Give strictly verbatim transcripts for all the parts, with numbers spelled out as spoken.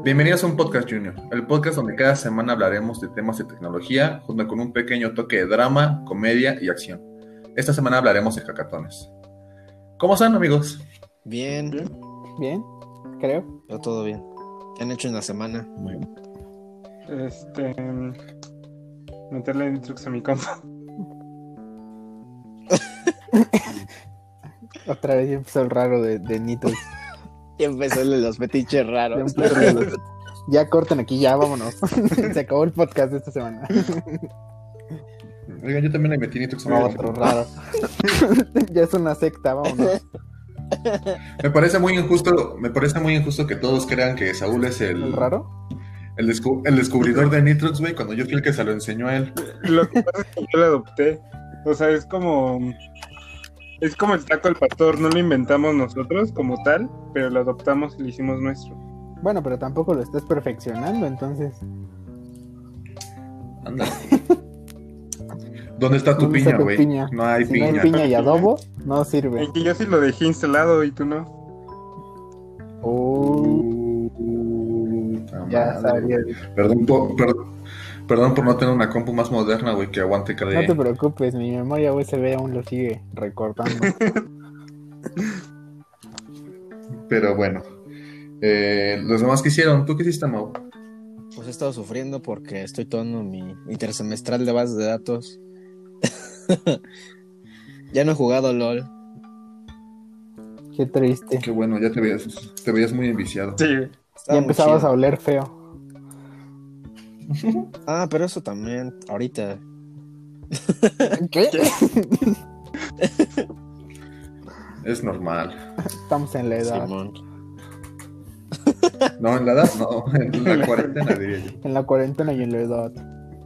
Bienvenidos a un podcast Junior, el podcast donde cada semana hablaremos de temas de tecnología, junto con un pequeño toque de drama, comedia y acción. Esta semana hablaremos de hackatones. ¿Cómo están, amigos? Bien, Bien, Bien, creo. yo todo bien. ¿Qué han hecho en la semana? Muy bien. este. Meterle Nitrux a mi compa. Otra vez ya empezó el raro de, de Nitrux. Ya empezó el de los fetiches Ya raros. empezó el de- Ya corten aquí, ya vámonos. Se acabó el podcast de esta semana. Oigan, yo también le metí Nitrux a mi No, compa. otro raro. Ya es una secta, vámonos. Me parece muy injusto, me parece muy injusto que todos crean que Saúl es el, ¿El raro? el, descu- el descubridor de Nitrux, güey, cuando yo fui el que se lo enseñó a él. Lo que pasa es que yo lo adopté. O sea, es como. Es como el taco al pastor. No lo inventamos nosotros como tal, pero lo adoptamos y lo hicimos nuestro. Bueno, pero tampoco lo estás perfeccionando, entonces. Anda. ¿Dónde está tu ¿Dónde está piña, tu güey? piña? No hay Si no hay piña. piña y adobo, no sirve. Es que yo sí lo dejé instalado y tú no. Uh, Puta ya madre, sabía. güey. Perdón por, perdón, perdón por no tener una compu más moderna, güey, que aguante cada No te día. preocupes, mi memoria U S B aún lo sigue recortando. Pero bueno. Eh, los demás que hicieron, ¿tú qué hiciste, Mau? Pues he estado sufriendo porque estoy tomando mi intersemestral de bases de datos. Ya no he jugado LOL. Qué triste. Qué bueno, ya te veías, te veías muy enviciado. Sí, güey. Estaba Ya muy empezabas chido. a oler feo. Ah, pero eso también, ahorita. ¿Qué? Es normal. Estamos en la edad. Simón. No, en la edad, no, en la cuarentena, diría yo. En la cuarentena y en la edad.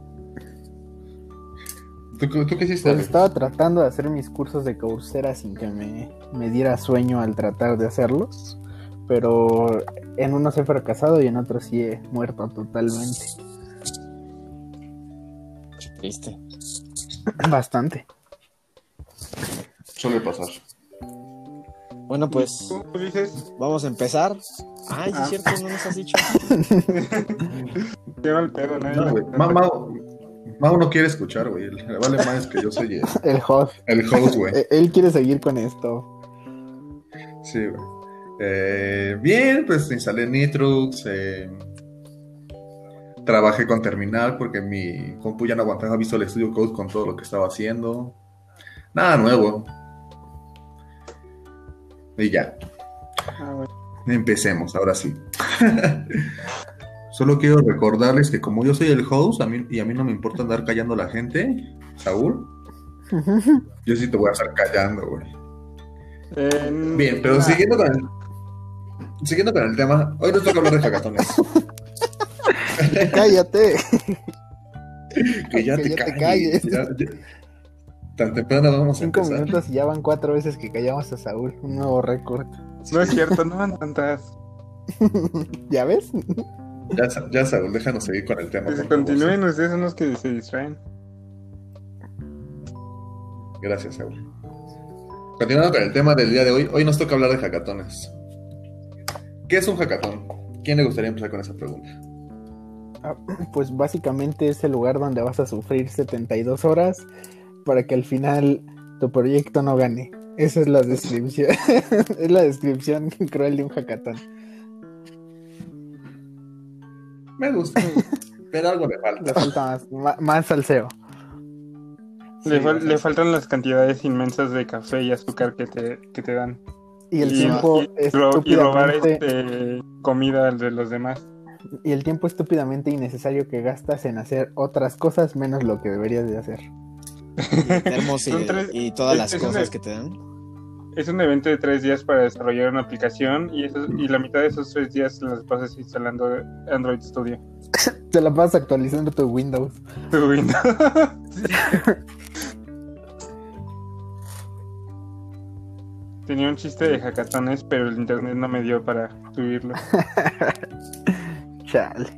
¿Tú, tú qué hiciste? Pues estaba tratando de hacer mis cursos de Coursera sin que me, me diera sueño al tratar de hacerlos. Pero en unos he fracasado y en otros sí he muerto totalmente. Triste. Bastante. Suele pasar. Bueno, pues ¿Tú dices? vamos a empezar. Ay, sí Ah. es cierto, no nos has dicho. Qué mal pedo, ¿no? No, güey. Ma- Mau, Mau no quiere escuchar, güey. Le vale más que yo soy el, El host. el host, güey. Eh, Él quiere seguir con esto. Sí, güey. Eh, bien, pues instalé Nitrux. Eh, trabajé con Terminal porque mi compu ya no aguantaba Visual Studio Code con todo lo que estaba haciendo. Nada nuevo. Y ya. Ah, bueno. Empecemos, ahora sí. Solo quiero recordarles que como yo soy el host a mí, y a mí no me importa andar callando a la gente, Saúl, yo sí te voy a estar callando, güey. Eh, Bien, pero ah, siguiendo con el, siguiendo con el tema, hoy nos toca hablar de hackatones. Cállate. Que ya Que te ya te calles. calles. Ya- ya- Tan temprano vamos a Cinco empezar. minutos y ya van cuatro veces que callamos a Saúl. Un nuevo récord. no es cierto, no van tantas. ¿Ya ves? Ya, Sa- ya, Saúl, déjanos seguir con el tema. Que se por favor. continúen, ustedes son los que se distraen. Gracias, Saúl. Continuando con el tema del día de hoy, hoy nos toca hablar de hackatones. ¿Qué es un hackatón? ¿Quién le gustaría empezar con esa pregunta? Ah, Pues básicamente es el lugar donde vas a sufrir setenta y dos horas para que al final tu proyecto no gane. Esa es la descripción. Es la descripción cruel de un hackatón. Me gusta, pero algo le Le falta. falta más, ma- más salseo. Le, Sí, fal- o sea, le faltan las cantidades inmensas de café y azúcar que te, que te dan. Y el Y- tiempo y, ro- y robar estúpidamente este, comida de los demás. y el tiempo estúpidamente innecesario que gastas en hacer otras cosas menos lo que deberías de hacer. Y termos y, Son tres- y todas es- las es una- cosas que te dan. Es un evento de tres días para desarrollar una aplicación y, esos- y la mitad de esos tres días las pasas instalando Android Studio. Te la pasas actualizando tu Windows. Tu Windows. Sí. Tenía un chiste de hackatones, pero el internet no me dio para subirlo. Chale.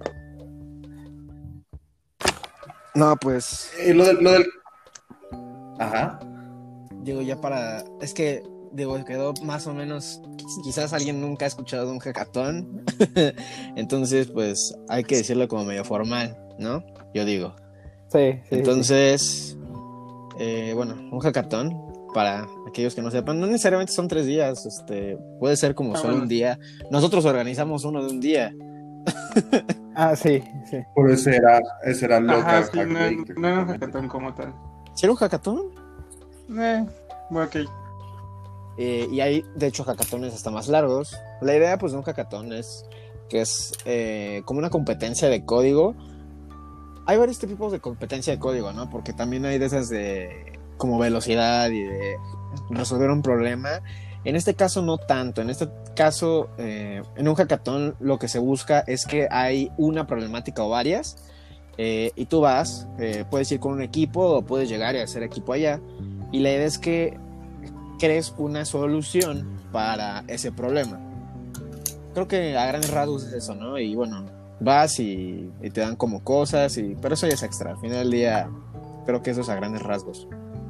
No, pues Y lo del, lo del... Ajá. digo ya para... Es que digo, quedó más o menos, quizás alguien nunca ha escuchado de un hackathon, entonces pues hay que decirlo como medio formal, ¿no? Yo digo. Sí, sí. Entonces, sí. Eh, bueno, un hackathon, para aquellos que no sepan, no necesariamente son tres días, este, puede ser como ah, solo bueno. un día. Nosotros organizamos uno de un día. Ah, sí, sí. Por ese era, ese era local. Ajá, sí, no, no era un hackathon como tal. ¿Sí era un hackathon? Eh, bueno, ok. Eh, y hay, de hecho, hackatones hasta más largos. La idea, pues, de un hackathon es que es eh, como una competencia de código. Hay varios tipos de competencia de código, ¿no? Porque también hay de esas de como velocidad y de resolver un problema. En este caso no tanto. En este caso, eh, en un hackathon lo que se busca es que hay una problemática o varias eh, y tú vas, eh, puedes ir con un equipo o puedes llegar y hacer equipo allá. Y la idea es que crees una solución para ese problema. Creo que a grandes rasgos es eso, ¿no? Y bueno, vas y, y te dan como cosas, y, pero eso ya es extra. Al final del día, creo que eso es a grandes rasgos.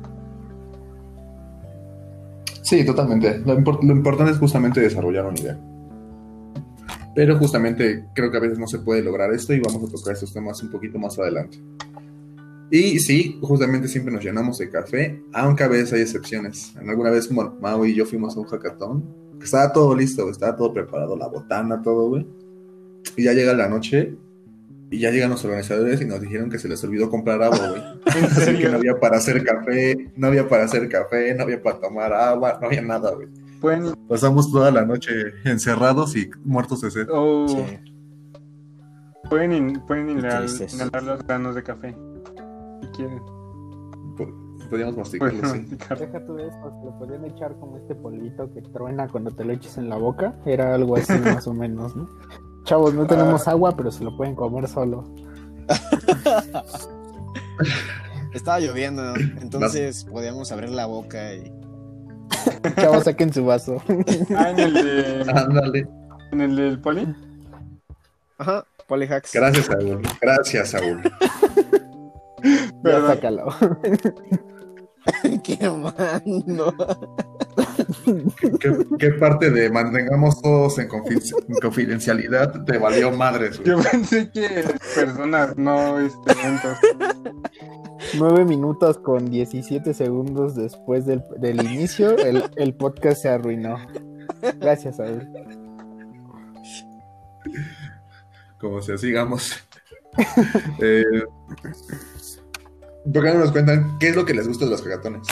Sí, totalmente. Lo, import- lo importante es justamente desarrollar una idea. Pero justamente creo que a veces no se puede lograr esto y vamos a tocar estos temas un poquito más adelante. Y sí, justamente siempre nos llenamos de café, aunque a veces hay excepciones. En alguna vez, bueno, Mau y yo fuimos a un hackathon, que estaba todo listo, estaba todo preparado, la botana, todo, güey. Y ya llega la noche y ya llegan los organizadores y nos dijeron que se les olvidó comprar agua, güey. Así que no había para hacer café, no había para hacer café, no había para tomar agua, no había nada, güey. Bueno. Pasamos toda la noche encerrados y muertos de sed. Oh. Sí. Pueden, in, pueden inhalar, inhalar los granos de café, si quieren. Podríamos masticarlo, Bueno, sí. masticar. Deja tú de eso, le podrían echar como este polvito que truena cuando te lo eches en la boca. Era algo así más o menos, ¿no? Chavos, no tenemos ah. agua, pero se lo pueden comer solo. Estaba lloviendo, entonces no. Podíamos abrir la boca y... Chavos, saquen su vaso. Ah, en el de... Ándale. ¿En el del poli? Ajá, Polyhacks. Gracias, Saúl. Gracias, Saúl. Ya sácalo. Qué mando. ¿Qué, ¿Qué parte de mantengamos todos en, confi- en confidencialidad te valió madres, güey? Yo pensé que personas, no este, eventos. Nueve minutos con diecisiete segundos después del, del inicio, el, el podcast se arruinó. Gracias, Saúl. Como sea, sigamos. eh, ¿Por qué no nos cuentan qué es lo que les gusta de los hackatones?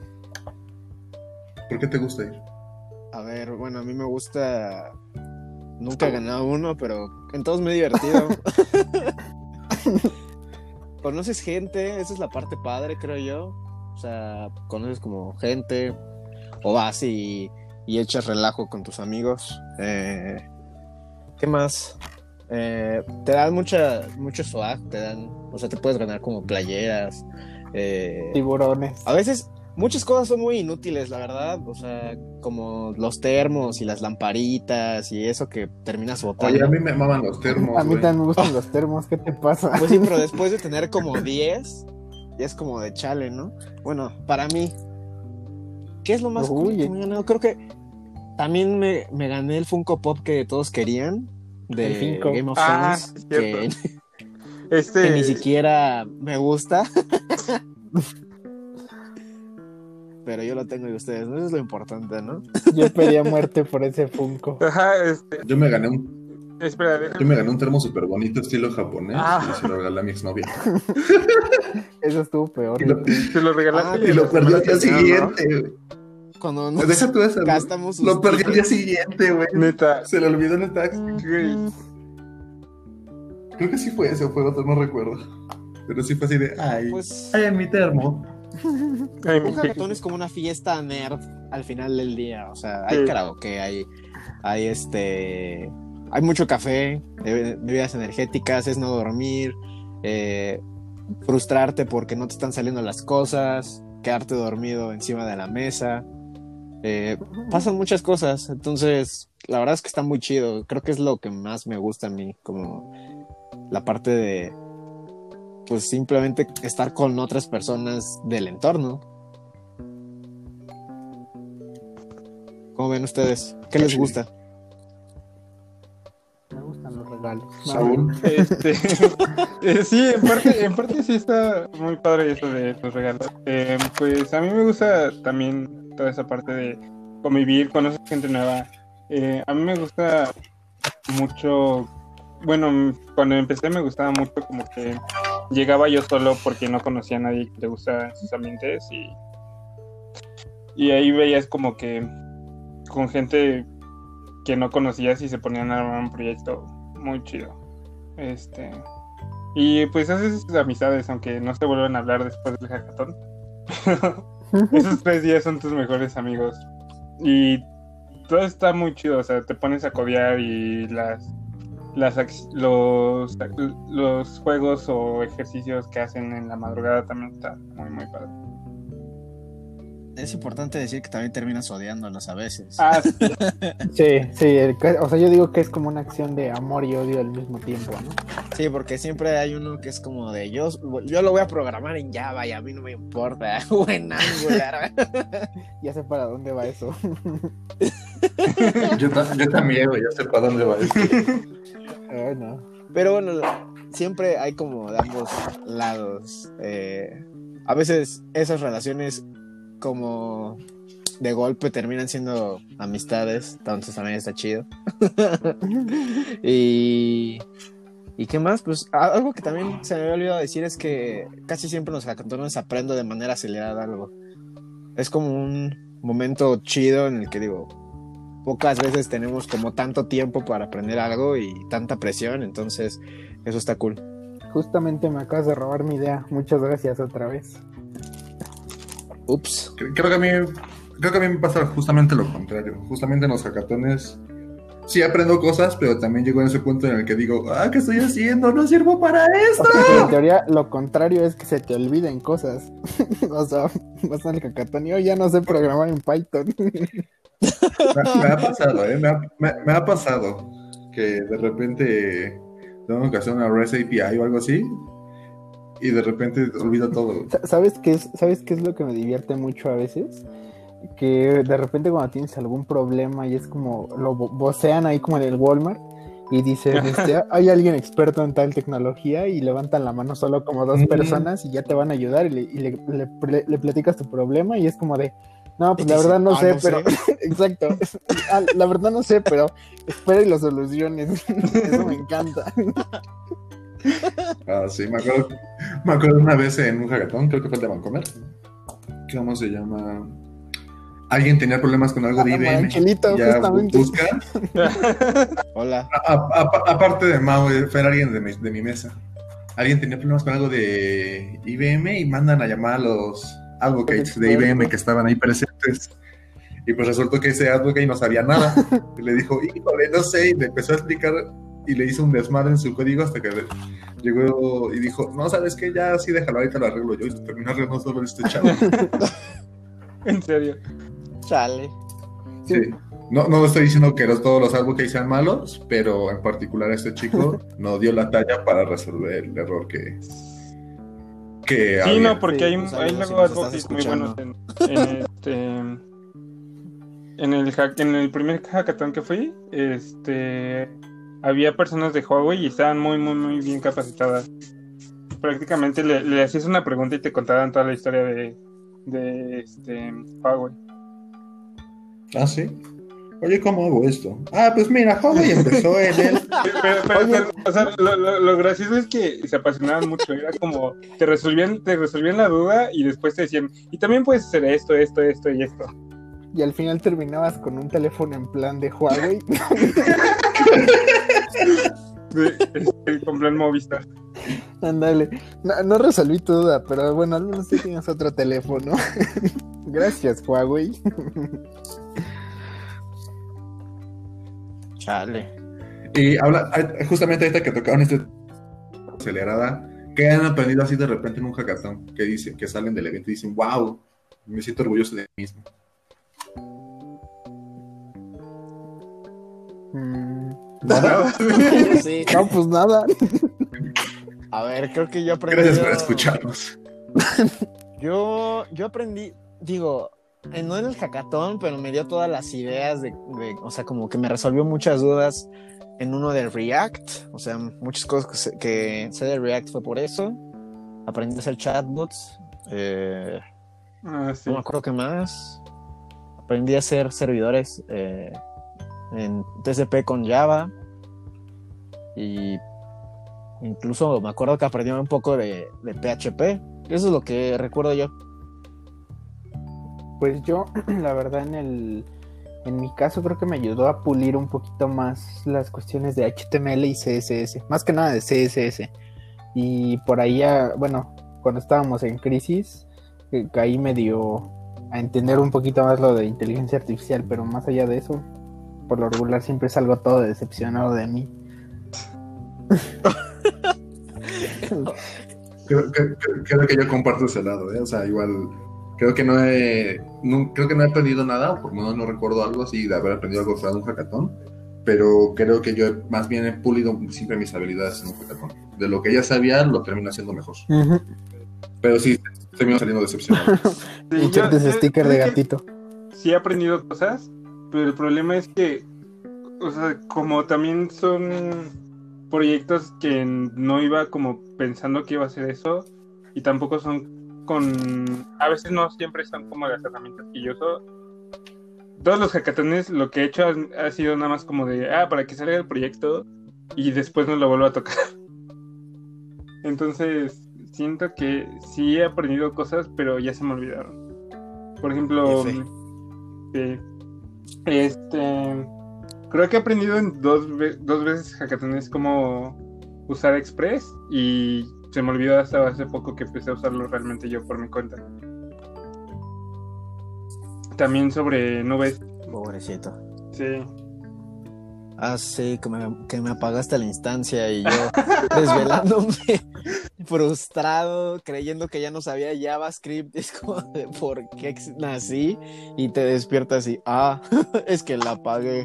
¿Por qué te gusta ir? A ver, bueno, a mí me gusta... Nunca he ganado uno, pero en todos me he divertido. Conoces gente, esa es la parte padre, creo yo. O sea, conoces como gente, o vas y, y echas relajo con tus amigos. Eh, ¿Qué más? Eh, te dan mucha, mucho swag, te dan, o sea, te puedes ganar como playeras. Eh, Tiburones. A veces... Muchas cosas son muy inútiles, la verdad, o sea, como los termos y las lamparitas y eso que terminas botando. Oye, a mí me maman los termos, A mí güey. también me gustan los termos, ¿qué te pasa? Pues sí, pero después de tener como diez, ya es como de chale, ¿no? Bueno, para mí, ¿qué es lo más cool que me he ganado? Creo que también me, me gané el Funko Pop que todos querían, de Game of ah, Thrones, que, este... que ni siquiera me gusta. Pero yo lo tengo de ustedes, ¿no? Eso es lo importante, ¿no? Yo pedía muerte por ese Funko. Ajá, este... Yo me gané un... Espera, déjame... Yo me gané un termo súper bonito, estilo japonés, ah. y se lo regalé a mi exnovia. Eso estuvo peor. Y lo, se lo regalaste. Ah, y lo perdí al día siguiente, güey. Cuando nos Deja tú eso, gastamos lo perdí al día siguiente, güey. Neta. Se le olvidó en el taxi. Güey. Creo que sí fue ese o fue otro, no recuerdo. Pero sí fue así de, ay, pues... ay, en mi termo. Un hackathon es como una fiesta nerd al final del día, o sea, hay sí. karaoke, hay, hay este, hay mucho café, bebidas energéticas, es no dormir, eh, frustrarte porque no te están saliendo las cosas, quedarte dormido encima de la mesa, eh, pasan muchas cosas, entonces la verdad es que está muy chido, creo que es lo que más me gusta a mí, como la parte de pues simplemente estar con otras personas del entorno. ¿Cómo ven ustedes? ¿Qué les gusta? Me gustan los regalos. Saúl. Este, eh, sí, en parte, en parte sí está muy padre eso de los regalos. Eh, pues a mí me gusta también toda esa parte de convivir, conocer gente nueva. Eh, a mí me gusta mucho, bueno, cuando empecé me gustaba mucho como que llegaba yo solo porque no conocía a nadie que le gusta sus ambientes y, y ahí veías como que con gente que no conocías y se ponían a armar un proyecto muy chido. Este, y pues haces amistades, aunque no se vuelvan a hablar después del hackathon. Esos tres días son tus mejores amigos. Y todo está muy chido, o sea, te pones a codear y las, las los, los juegos o ejercicios que hacen en la madrugada también está muy, muy padre. Es importante decir que también terminas odiándolos a veces. Ah, sí. Sí, sí, el ca- o sea, yo digo que es como una acción de amor y odio al mismo tiempo, ¿no? Sí, porque siempre hay uno que es como de yo, yo lo voy a programar en Java y a mí no me importa, o en Angular. Ya sé para dónde va eso. Yo, ta- yo también, güey, ya sé para dónde va esto. Ay, no. Pero bueno, siempre hay como de ambos lados. Eh, a veces esas relaciones como de golpe terminan siendo amistades, entonces también está chido. y ¿Y qué más? Pues algo que también se me había olvidado decir es que casi siempre en los hackatones aprendo de manera acelerada algo. Es como un momento chido en el que digo, pocas veces tenemos como tanto tiempo para aprender algo y tanta presión, entonces eso está cool. Justamente me acabas de robar mi idea. Muchas gracias otra vez. Ups. Creo que a mí, creo que a mí me pasa justamente lo contrario. Justamente en los hackatones sí aprendo cosas, pero también llego a ese punto en el que digo, ah, ¿qué estoy haciendo? No sirvo para esto. O sea, en teoría, lo contrario es que se te olviden cosas. O sea, vas al hackatón y yo ya no sé programar en Python. Me, me ha pasado, ¿eh? Me ha, me, me ha pasado que de repente tengo que hacer una REST A P I o algo así y de repente olvido todo. ¿Sabes qué es, ¿Sabes qué es lo que me divierte mucho a veces? Que de repente cuando tienes algún problema y es como lo vo- vocean ahí como en el Walmart y dicen, este, hay alguien experto en tal tecnología y levantan la mano solo como dos Mm. personas y ya te van a ayudar y le, y le, le, le- le platicas tu problema y es como de, no, pues Y la dice, verdad no "Ah, sé, no pero exacto, ah, la verdad no sé, pero espera y lo soluciones". Eso me encanta. Ah, sí, me acuerdo, me acuerdo una vez en un hackathon, creo que fue el de Vancomer. ¿Cómo se llama? Alguien tenía problemas con algo de Ah, I B M. Angelito, Ya justamente. busca. Hola. A- a- aparte de Mau, eh, fue alguien de mi, de mi mesa. Alguien tenía problemas con algo de I B M y mandan a llamar a los advocates de I B M que estaban ahí presentes. Y pues resultó que ese advocate no sabía nada. Y le dijo, híjole, no sé, y le empezó a explicar y le hizo un desmadre en su código hasta que llegó y dijo, no, ¿sabes qué? Ya sí, déjalo, ahorita lo arreglo yo. Y se terminó arreglando solo este chavo. En serio. Chale. Sí. No, no estoy diciendo que los, todos los advocates sean malos, pero en particular este chico no dio la talla para resolver el error que, que Sí, había. no, porque Sí, hay, pues, hay algo, si luego nos estás advocates muy escuchando. buenos en, en este en el hack, en el primer hackathon que fui, este había personas de Huawei y estaban muy muy muy bien capacitadas. Prácticamente le, le hacías una pregunta y te contaban toda la historia de, de este Huawei. Ah, sí. Oye, ¿cómo hago esto? Ah, pues mira, Huawei empezó en el... Pero, pero, pero, o sea, lo, lo, lo gracioso es que se apasionaban mucho. Era como te resolvían, te resolvían la duda y después te decían, y también puedes hacer esto, esto, esto y esto. Y al final terminabas con un teléfono en plan de Huawei. De- este, con plan Movistar. Ándale. No, no resolví tu duda, pero bueno, al menos sí tienes otro teléfono. Gracias, Huawei. Chale. Y habla, justamente ahorita que tocaron este acelerada, que han aprendido así de repente en un hackathon, que dicen, que salen del evento y dicen, wow, me siento orgulloso de mí mismo. Mm, ¿Nada? Sí. no, pues nada. A ver, creo que yo aprendí. Gracias por escucharnos. Yo, yo aprendí, digo, eh, no en el hackathon, pero me dio todas las ideas de, de, o sea, como que me resolvió muchas dudas en uno de React, o sea, muchas cosas que sé, que sé de React fue por eso. Aprendí a hacer chatbots, eh, Ah, sí. no me acuerdo qué más. Aprendí a hacer servidores eh, en T C P con Java y incluso me acuerdo que aprendí un poco de, de P H P. Eso es lo que recuerdo yo. Pues yo, la verdad, en el en mi caso creo que me ayudó a pulir un poquito más las cuestiones de H T M L y C S S, más que nada de C S S. Y por ahí, ya, bueno, cuando estábamos en crisis, eh, ahí me dio a entender un poquito más lo de inteligencia artificial, pero más allá de eso, por lo regular siempre salgo todo decepcionado de mí. Creo, creo- creo que yo comparto ese lado, ¿eh? O sea, igual creo que no he, no- creo que no he aprendido nada, o por lo menos no recuerdo algo así de haber aprendido algo fuera de un hackathon, pero creo que yo he- más bien he pulido siempre mis habilidades en un hackathon. De lo que ya sabía, lo termino haciendo mejor. Uh-huh. Pero sí, termino saliendo decepcionado. Sí, Y yo- ese yo sticker de creo que gatito. sí he aprendido cosas, pero el problema es que, o sea, como también son proyectos que no iba como pensando que iba a ser eso, y tampoco son con, a veces no siempre son como las herramientas que yo uso. Todos los hackatones lo que he hecho ha, ha sido nada más como de, ah, para que salga el proyecto y después no lo vuelvo a tocar. Entonces, siento que sí he aprendido cosas, pero ya se me olvidaron. Por ejemplo, F. sí, este, creo que he aprendido en dos, ve- dos veces hackatones cómo usar Express y se me olvidó hasta hace poco que empecé a usarlo realmente yo por mi cuenta. También sobre nubes, Pobrecito. sí. Ah, sí, que me, que me apagaste la instancia y yo desvelándome, frustrado, creyendo que ya no sabía JavaScript. Es como de por qué ex- nací y te despiertas y, ah, es que la apagué.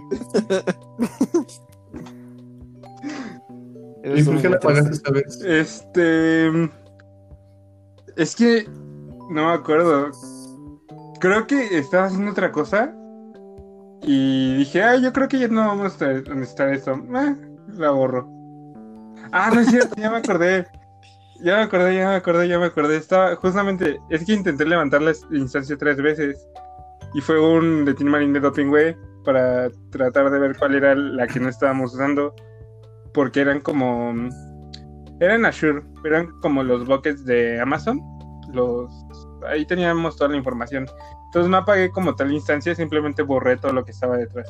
¿Y por qué la pagaste esta vez? Este, es que no me acuerdo. Creo que estaba haciendo otra cosa y dije, ah, yo creo que ya no vamos a necesitar esto. Ah, la borro. Ah, no es cierto, ya me acordé. Ya me acordé, ya me acordé, ya me acordé. Estaba justamente, es que intenté levantar la instancia tres veces y fue un de Tin Marín de Dopingway para tratar de ver cuál era la que no estábamos usando, porque eran como, eran Azure, eran como los buckets de Amazon. Los, ahí teníamos toda la información. Entonces no apagué como tal instancia, simplemente borré todo lo que estaba detrás.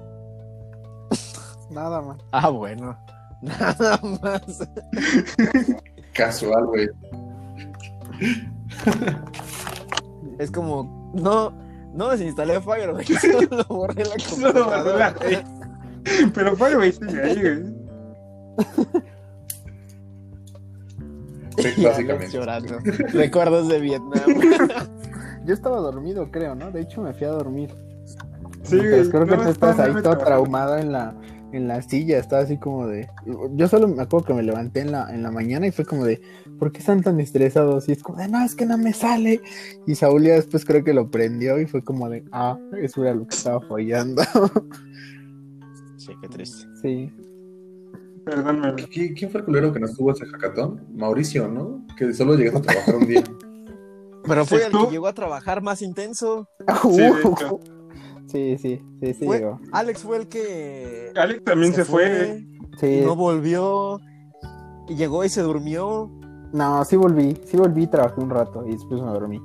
Nada más. Ah, bueno. Nada más. Casual, güey. Es como, no, no desinstalé Firebase, solo borré la Solo borré la- computadora. Pero Firebase sigue ahí, güey. Sí, Y Alex básicamente. llorando. Recuerdos de Vietnam. Yo estaba dormido, creo, ¿no? De hecho, me fui a dormir. Sí, Mientras güey. creo que No, tú estás estaba ahí muy todo trabajando. traumado en la, en la silla, estaba así como de... Yo solo me acuerdo que me levanté en la, en la mañana y fue como de, ¿por qué están tan estresados? Y es como de, no, es que no me sale. Y Saúl ya después creo que lo prendió y fue como de, ah, eso era lo que estaba fallando. Sí, qué triste. Sí. Perdóname. ¿Qui- ¿Quién fue el culero que nos tuvo ese hackathon? Mauricio, ¿no? Que solo llegaste a trabajar un día. Pero fue el ¿Estuvo? que llegó a trabajar más intenso. Sí, de hecho. sí, sí, sí, sí Fue- llegó. Alex fue el que Alex también se, fue. Sí. y no volvió. Y llegó y se durmió. No, sí volví, sí volví, trabajé un rato y después me dormí.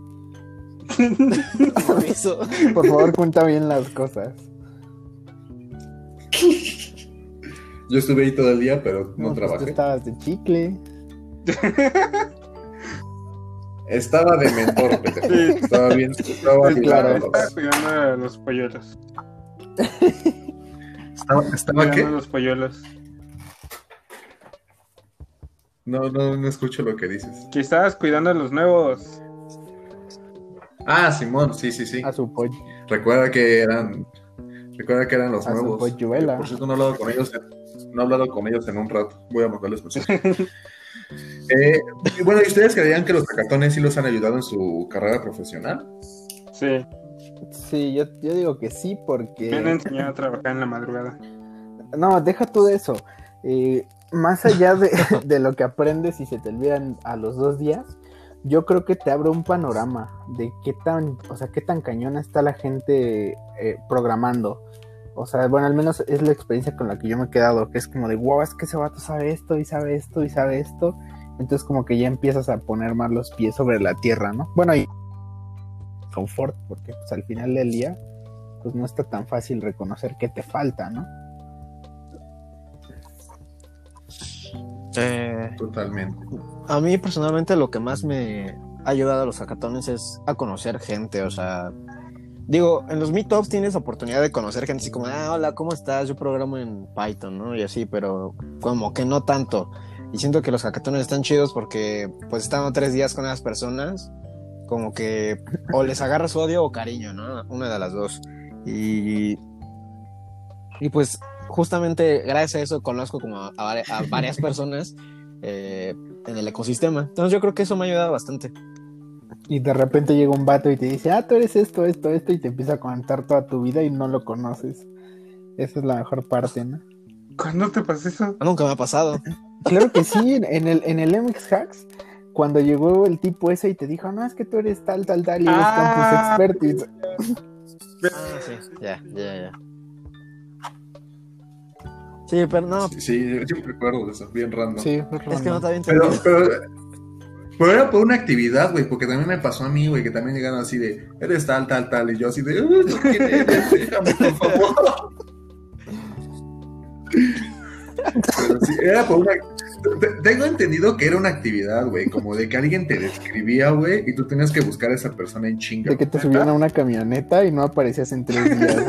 Por eso. Por favor, cuenta bien las cosas. Yo estuve ahí todo el día, pero no, No, pues tú trabajé. estabas de chicle. Estaba de mentor, pendejo. Sí. Estaba bien. Estaba Sí, bien, claro. los- Estaba cuidando a los polluelos. ¿Estaba, estaba Cuidando a qué? los polluelos. No, no, no escucho lo que dices. Que estabas cuidando a los nuevos. Ah, Simón, sí, sí, sí. A su pollo. Recuerda que eran. Recuerda que eran los A su nuevos. polluela. Por cierto, no he hablado con ellos. En, no he hablado con ellos en un rato. Voy a mandarles mensaje. eh, y bueno, ¿y ustedes creían que los hackatones sí los han ayudado en su carrera profesional? Sí. Sí, yo, yo digo que sí Me han porque... enseñado a trabajar en la madrugada. No, deja tú de eso. Eh, más allá de, de lo que aprendes y se te olvidan a los dos días, yo creo que te abre un panorama de qué tan, o sea, qué tan cañona está la gente eh, programando. O sea, bueno, al menos es la experiencia con la que yo me he quedado, que es como de, wow, es que ese vato sabe esto y sabe esto y sabe esto. Entonces como que ya empiezas a poner más los pies sobre la tierra, ¿no? Bueno, y confort, porque pues al final del día, pues no está tan fácil reconocer qué te falta, ¿no? Eh, Totalmente. a mí personalmente lo que más me ha ayudado a los hackatones es a conocer gente, o sea, digo, en los meetups tienes oportunidad de conocer gente así como, ah, hola, ¿cómo estás? Yo programo en Python, ¿no? Y así, pero como que no tanto. Y siento que los hackatones están chidos porque pues estando tres días con esas personas, como que o les agarras odio o cariño, ¿no? Una de las dos. Y, y pues justamente gracias a eso conozco como a, a, a varias personas eh, en el ecosistema. Entonces yo creo que eso me ha ayudado bastante. Y de repente llega un vato y te dice, ah, tú eres esto, esto, esto, y te empieza a contar toda tu vida y no lo conoces. Esa es la mejor parte, ¿no? ¿Cuándo te pasó eso? Nunca me ha pasado. Claro que sí, en el, en el M X Hacks, cuando llegó el tipo ese y te dijo, no, es que tú eres tal, tal, tal, y eres Ah, campus expert. Y... Ah, sí, ya, ya, ya. Sí, pero no, Sí, sí, yo siempre recuerdo de eso, bien random. Sí, es que no te había Pero, entendido. pero, pero era por una actividad, güey, porque también me pasó a mí, güey, que también llegaron así de, eres tal, tal, tal, y yo así de, "Uy, ¿tú quién eres? Déjame, por favor". Pero sí, era por una... te- Tengo entendido que era una actividad, güey, como de que alguien te describía, güey, y tú tenías que buscar a esa persona en chinga. De que te subían a una camioneta y no aparecías en tres días.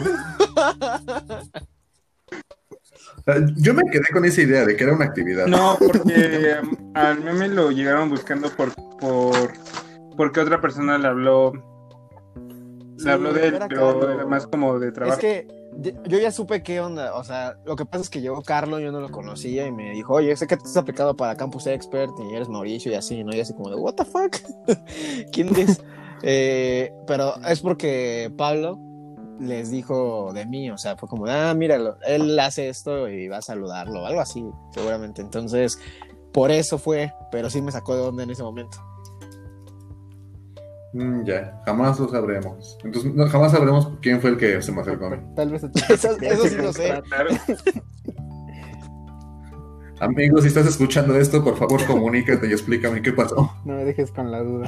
O sea, yo me quedé con esa idea de que era una actividad. No, porque um, al meme lo llegaron buscando por, por porque otra persona le habló Sí, le habló de él, era pero Carlos. era más como de Es trabajo. que de- yo ya supe qué onda, o sea, lo que pasa es que llegó Carlos, yo no lo conocía y me dijo, oye, sé que te has aplicado para Campus Expert y eres Mauricio y así, ¿no? Y así como de, what the fuck, ¿quién es? Eh, pero es porque Pablo les dijo de mí, o sea, fue como, ah, míralo, él hace esto y va a saludarlo, algo así, seguramente. Entonces, por eso fue, pero sí me sacó de onda en ese momento. Mm, ya, jamás lo sabremos. Entonces, no, jamás sabremos quién fue el que se me acercó a mí. Tal vez Eso, eso sí lo sé. Claro. Amigos, si estás escuchando esto, por favor, comunícate y explícame qué pasó. No me dejes con la duda.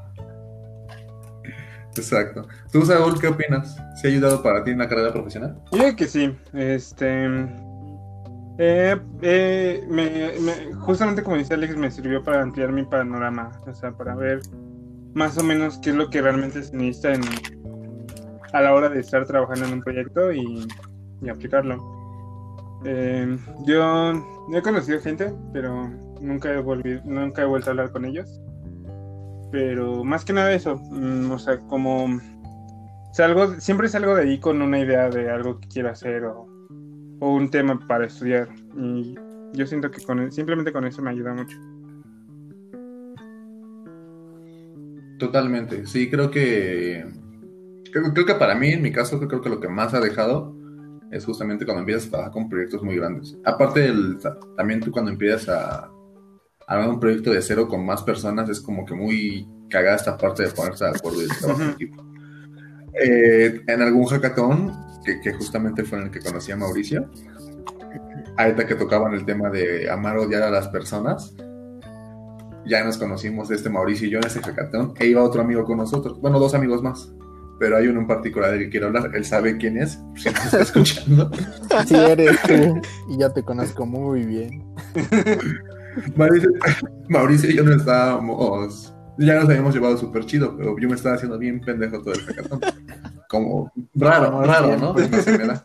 Exacto. ¿Tú, Saúl, qué opinas? ¿Se ha ayudado para ti en la carrera profesional? Yo digo que sí. Este. eh, eh, me, me- justamente como dice Alex, me sirvió para ampliar mi panorama. O sea, para ver más o menos qué es lo que realmente se necesita en, a la hora de estar trabajando en un proyecto y, y aplicarlo. Eh, yo, yo he conocido gente, pero nunca he, volvido, nunca he vuelto a hablar con ellos. Pero más que nada eso, mm, o sea, como salgo, siempre salgo de ahí con una idea de algo que quiero hacer o, o un tema para estudiar. Y yo siento que con, simplemente con eso me ayuda mucho. Totalmente. Sí, creo que. Creo, creo que para mí, en mi caso, creo que lo que más ha dejado es justamente cuando empiezas a trabajar con proyectos muy grandes. Aparte, del, también tú cuando empiezas a armar un proyecto de cero con más personas, es como que muy cagada esta parte de ponerse de acuerdo y el trabajo en Ujú. equipo. Eh, en algún hackathon, que, que justamente fue en el que conocí a Mauricio, ahorita que tocaban el tema de amar o odiar a las personas, ya nos conocimos este Mauricio y yo en ese hackathon, e iba otro amigo con nosotros, bueno, dos amigos más, pero hay uno en particular del que quiero hablar, él sabe quién es, si nos está escuchando. Si eres tú, y yo te conozco muy bien. Mauricio, Mauricio y yo nos estábamos, ya nos habíamos llevado súper chido, pero yo me estaba haciendo bien pendejo todo el hackathon, como raro, Como raro, siempre. ¿no? No se me da.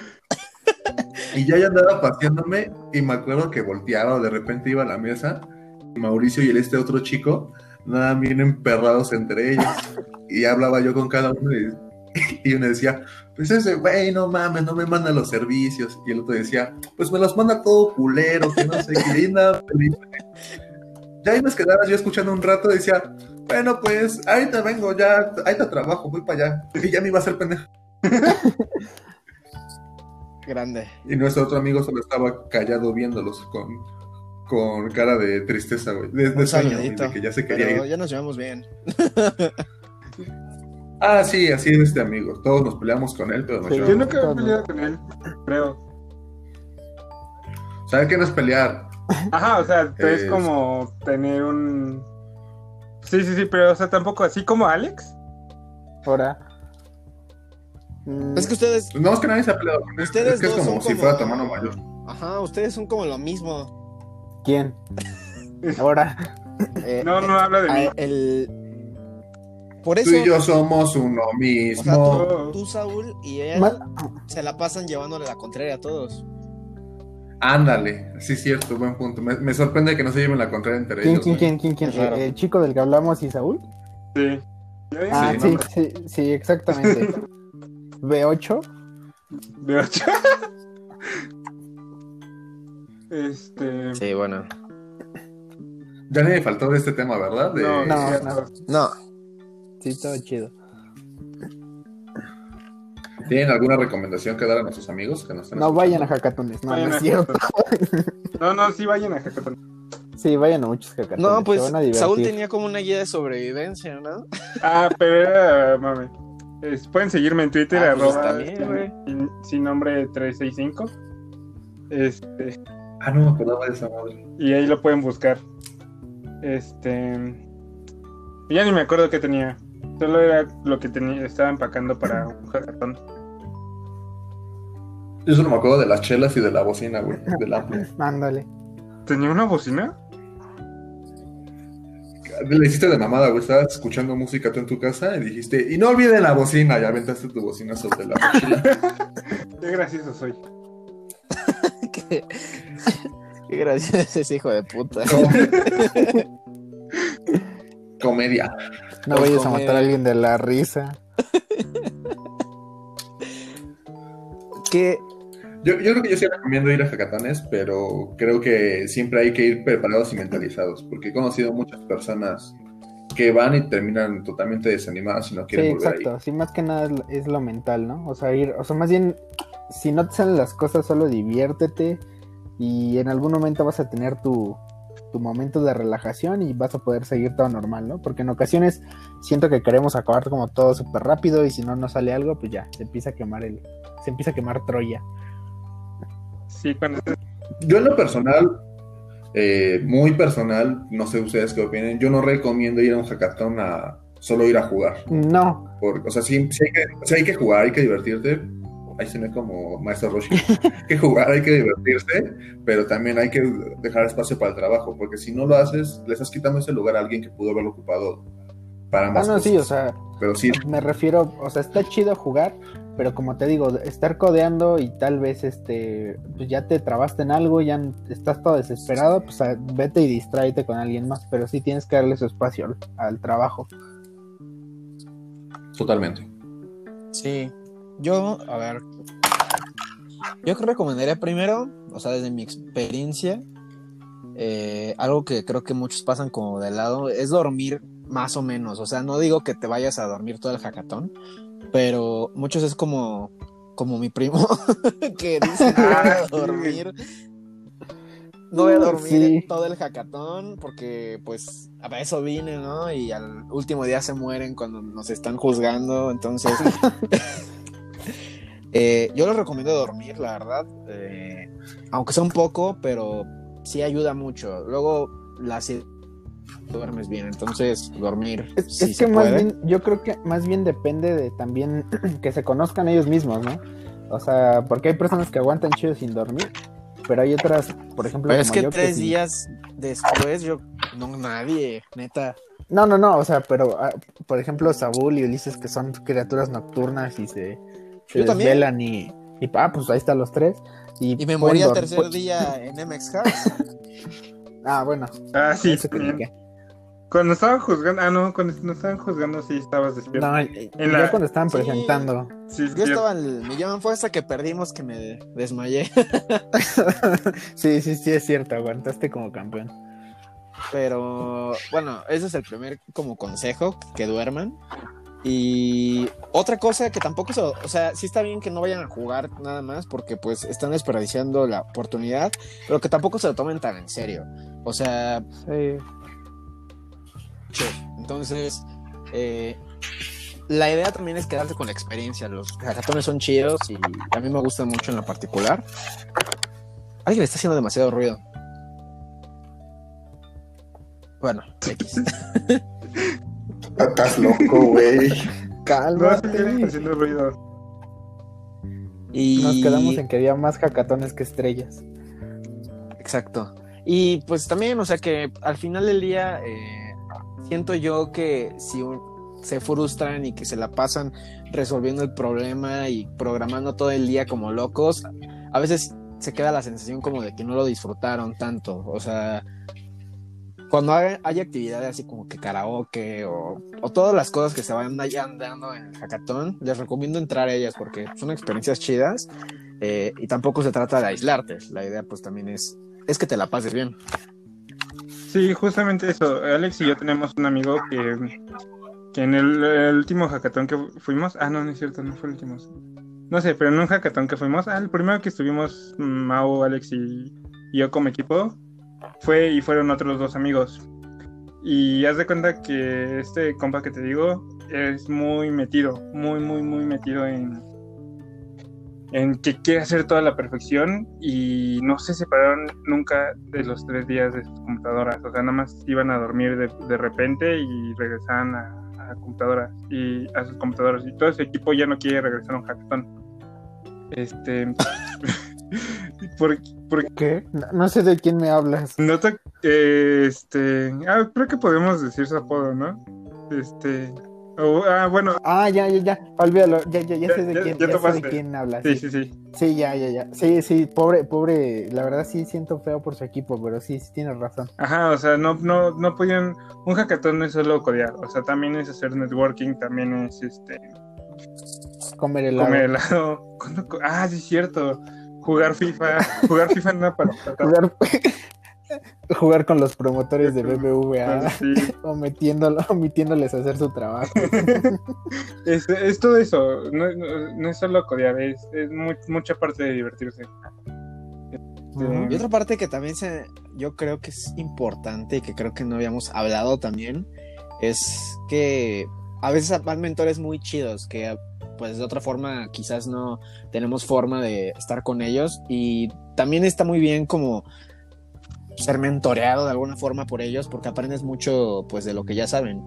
Y yo ya andaba paseándome y me acuerdo que volteaba o de repente iba a la mesa y Mauricio y el este otro chico nada bien emperrados entre ellos y ya hablaba yo con cada uno y, y uno decía, pues ese güey no mames, no me manda los servicios, y el otro decía, pues me los manda todo culero, que no sé qué, y nada feliz. Ya ahí nos quedaba yo escuchando un rato y decía, Bueno, pues, ahorita vengo, ya, ahorita trabajo, voy para allá. Y ya me iba a hacer pendejo. Grande. Y nuestro otro amigo solo estaba callado viéndolos con, con cara de tristeza, güey. De, de Un sueño, güey, saludito. de que ya se quería Pero ir. ya nos llevamos bien. Ah, sí, así es este amigo. Todos nos peleamos con él, pero nos Sí, Yo llevamos. nunca he Todo. peleado con él, creo. ¿Sabe qué no es pelear? Ajá, o sea, es Es- como tener un... Sí, sí, sí, pero o sea, tampoco así como Alex. Ahora. Mm, Es que ustedes, Pues no, es que nadie se ha peleado con él. ustedes Es que es dos como son si como... fuera tu hermano mayor. Ajá, ustedes son como lo mismo. ¿Quién? Ahora. Eh, No, no habla de a- mí. el... Por eso, Tú y yo somos uno o sea, mismo. tú, tú, Saúl y él Ma- se la pasan llevándole la contraria a todos. Ándale, sí es cierto, buen punto. Me, me sorprende que no se lleven la contraria entre ¿Quién, ellos. quién, güey. quién, quién, quién? Es raro. ¿El, el chico del que hablamos y Saúl? Sí. ¿Ya ves? Ah, Sí, sí, ¿no? sí, sí, exactamente. B ocho. De ocho. Este... Sí, bueno. Ya ni me faltó de este tema, ¿verdad? De... No, No, no, no. No, Sí, todo chido. ¿Tienen alguna recomendación que dar a nuestros amigos que nos están No vayan a escuchando? hackatones, no, Vayan no a es cierto. No, no, sí vayan a Hackathon. Sí, vayan a muchos hackatones. no, se pues van a divertir. Saúl tenía como una guía de sobrevivencia, ¿no? Ah, pero era, mami. Es- pueden seguirme en Twitter, Ah, pues arroba está bien, güey. sin, sin nombre trescientos sesenta y cinco. Este, Ah, no me acordaba de esa madre. y ahí lo pueden buscar. Este. Ya ni me acuerdo qué tenía. Solo era lo que tenía, estaba empacando para un hackathon. Yo solo me acuerdo de las chelas y de la bocina, güey. Del ampli. Ándale. ¿Tenía una bocina? Le hiciste de mamada, güey. Estabas escuchando música tú en tu casa y dijiste, y no olviden la bocina. Y aventaste tu bocina sobre la mochila. Qué gracioso soy. Qué, qué gracioso ese hijo de puta. Comedia. No Pues vayas a comer. matar a alguien de la risa. Que Yo, yo creo que yo sí recomiendo ir a hackatones, pero creo que siempre hay que ir preparados y mentalizados, porque he conocido muchas personas que van y terminan totalmente desanimadas y no Sí, quieren volver exacto. ahí. Sí, más que nada es lo, es lo mental, ¿no? O sea, ir, o sea, más bien, si no te salen las cosas, solo diviértete y en algún momento vas a tener tu, tu momento de relajación y vas a poder seguir todo normal, ¿no? Porque en ocasiones siento que queremos acabar como todo súper rápido y si no nos sale algo, pues ya, se empieza a quemar el, se empieza a quemar Troya. Sí, cuando estés- Yo en lo personal, eh, muy personal, no sé ustedes qué opinen, yo no recomiendo ir a un hackathon a solo ir a jugar. No, Porque, o sea, sí, sí hay que, sí hay que jugar, hay que divertirte. Ahí se ve como Maestro Roshi. Hay que jugar, hay que divertirse, pero también hay que dejar espacio para el trabajo, porque si no lo haces, le estás quitando ese lugar a alguien que pudo haberlo ocupado para ah, más no, cosas. sí, o sea, Pero sí, me refiero, o sea, está chido jugar, pero como te digo, estar codeando y tal vez este, pues ya te trabaste en algo, ya n- estás todo desesperado, pues a- vete y distráete con alguien más, pero sí tienes que darle su espacio al, al trabajo. totalmente. sí, yo, a ver, yo recomendaría primero, o sea, desde mi experiencia, eh, algo que creo que muchos pasan como de lado, es dormir más o menos. O sea, no digo que te vayas a dormir todo el hackathon, pero muchos es como, como mi primo, que dice, no voy a dormir. No voy a dormir Sí. todo el hackathon porque, pues, a eso vine, ¿no? Y al último día se mueren cuando nos están juzgando. Entonces, eh, yo les recomiendo dormir, la verdad. Eh, aunque sea un poco, pero sí ayuda mucho. Luego, la si duermes bien. Entonces, dormir. Es, sí es se que más puede. bien, yo creo que más bien depende de también que se conozcan ellos mismos, ¿no? O sea, porque hay personas que aguantan chido sin dormir, pero hay otras, por ejemplo, Pero es como que yo, tres sí- días después, yo, no, nadie, neta. No, no, no, o sea, pero ah, por ejemplo, Saúl y Ulises, que son criaturas nocturnas y se, se Yo también. desvelan y, y ah, pues ahí están los tres. Y, Y me pueden morí al dor- tercer pu- día en M X House. Ah, bueno, Ah, sí, eso que ni también. qué. Cuando estaban juzgando, ah, no, cuando nos estaban juzgando, sí estabas despierto. No, En ya la- cuando estaban Sí. presentando. Sí, Yo sí, estaba en el millón, fue hasta que perdimos que me desmayé. Sí, sí, sí, es cierto, aguantaste como campeón. Pero bueno, ese es el primer como consejo, que duerman. Y otra cosa que tampoco se, o sea, sí está bien que no vayan a jugar nada más porque pues están desperdiciando la oportunidad, pero que tampoco se lo tomen tan en serio. O sea, Sí. entonces eh, la idea también es quedarte con la experiencia. Los hackatones son chidos y a mí me gustan mucho en lo particular. Alguien está haciendo demasiado ruido. Bueno, X. Estás loco, güey. No, sí, Cálmate. haciendo ruido. Y... Nos quedamos en que había más hackatones que estrellas. Exacto. Y pues también, o sea que al final del día eh, siento yo que si un- se frustran y que se la pasan resolviendo el problema y programando todo el día como locos, a veces se queda la sensación como de que no lo disfrutaron tanto. O sea, cuando hay, hay actividades así como que karaoke o, o todas las cosas que se van allá dando en el hackathon, les recomiendo entrar a ellas porque son experiencias chidas eh, y tampoco se trata de aislarte. La idea pues también es, es que te la pases bien. Sí, justamente eso. Alex y yo tenemos un amigo que, que en el, el último hackathon que fuimos, ah, no, no es cierto, no fue el último. No sé, pero en un hackathon que fuimos, ah, el primero que estuvimos, Mau, Alex y, y yo como equipo, fue y fueron otros dos amigos. Y haz de cuenta que este compa que te digo es muy metido, muy, muy, muy metido en, en que quiere hacer toda la perfección y no se separaron nunca de los tres días de sus computadoras. O sea, nada más iban a dormir de, de repente y regresaban a, a computadoras y a sus computadoras. Y todo ese equipo ya no quiere regresar a un hackathon. Este... por, por, ¿Qué? No, no sé de quién me hablas. Nota que este. Ah, creo que podemos decir su apodo, ¿no? Este. o- ah, bueno. Ah, ya, ya, ya. Olvídalo. Ya, ya, ya Ya- sé de ya- quién, ya ya sé topaste. de quién hablas. Sí, Sí. sí, sí. Sí, ya, ya, ya. Sí, sí, pobre, pobre. La verdad sí siento feo por su equipo, pero sí, sí tienes razón. Ajá, o sea, no, no, no podían. Un hackathon no es solo codear, o sea, también es hacer networking, también es este. Comer helado. Comer helado. ¿Cuándo co- Ah, sí, es cierto. Jugar FIFA. Jugar FIFA en una pantalla. Jugar, jugar con los promotores de B B V A Sí. omitiéndolo, omitiéndoles a hacer su trabajo. Es, es todo eso. No, no, no es solo codear, es, es mu- mucha parte de divertirse. Este, Y otra parte que también se, yo creo que es importante y que creo que no habíamos hablado también, es que a veces van mentores muy chidos que pues de otra forma quizás no tenemos forma de estar con ellos y también está muy bien como ser mentoreado de alguna forma por ellos porque aprendes mucho pues de lo que ya saben.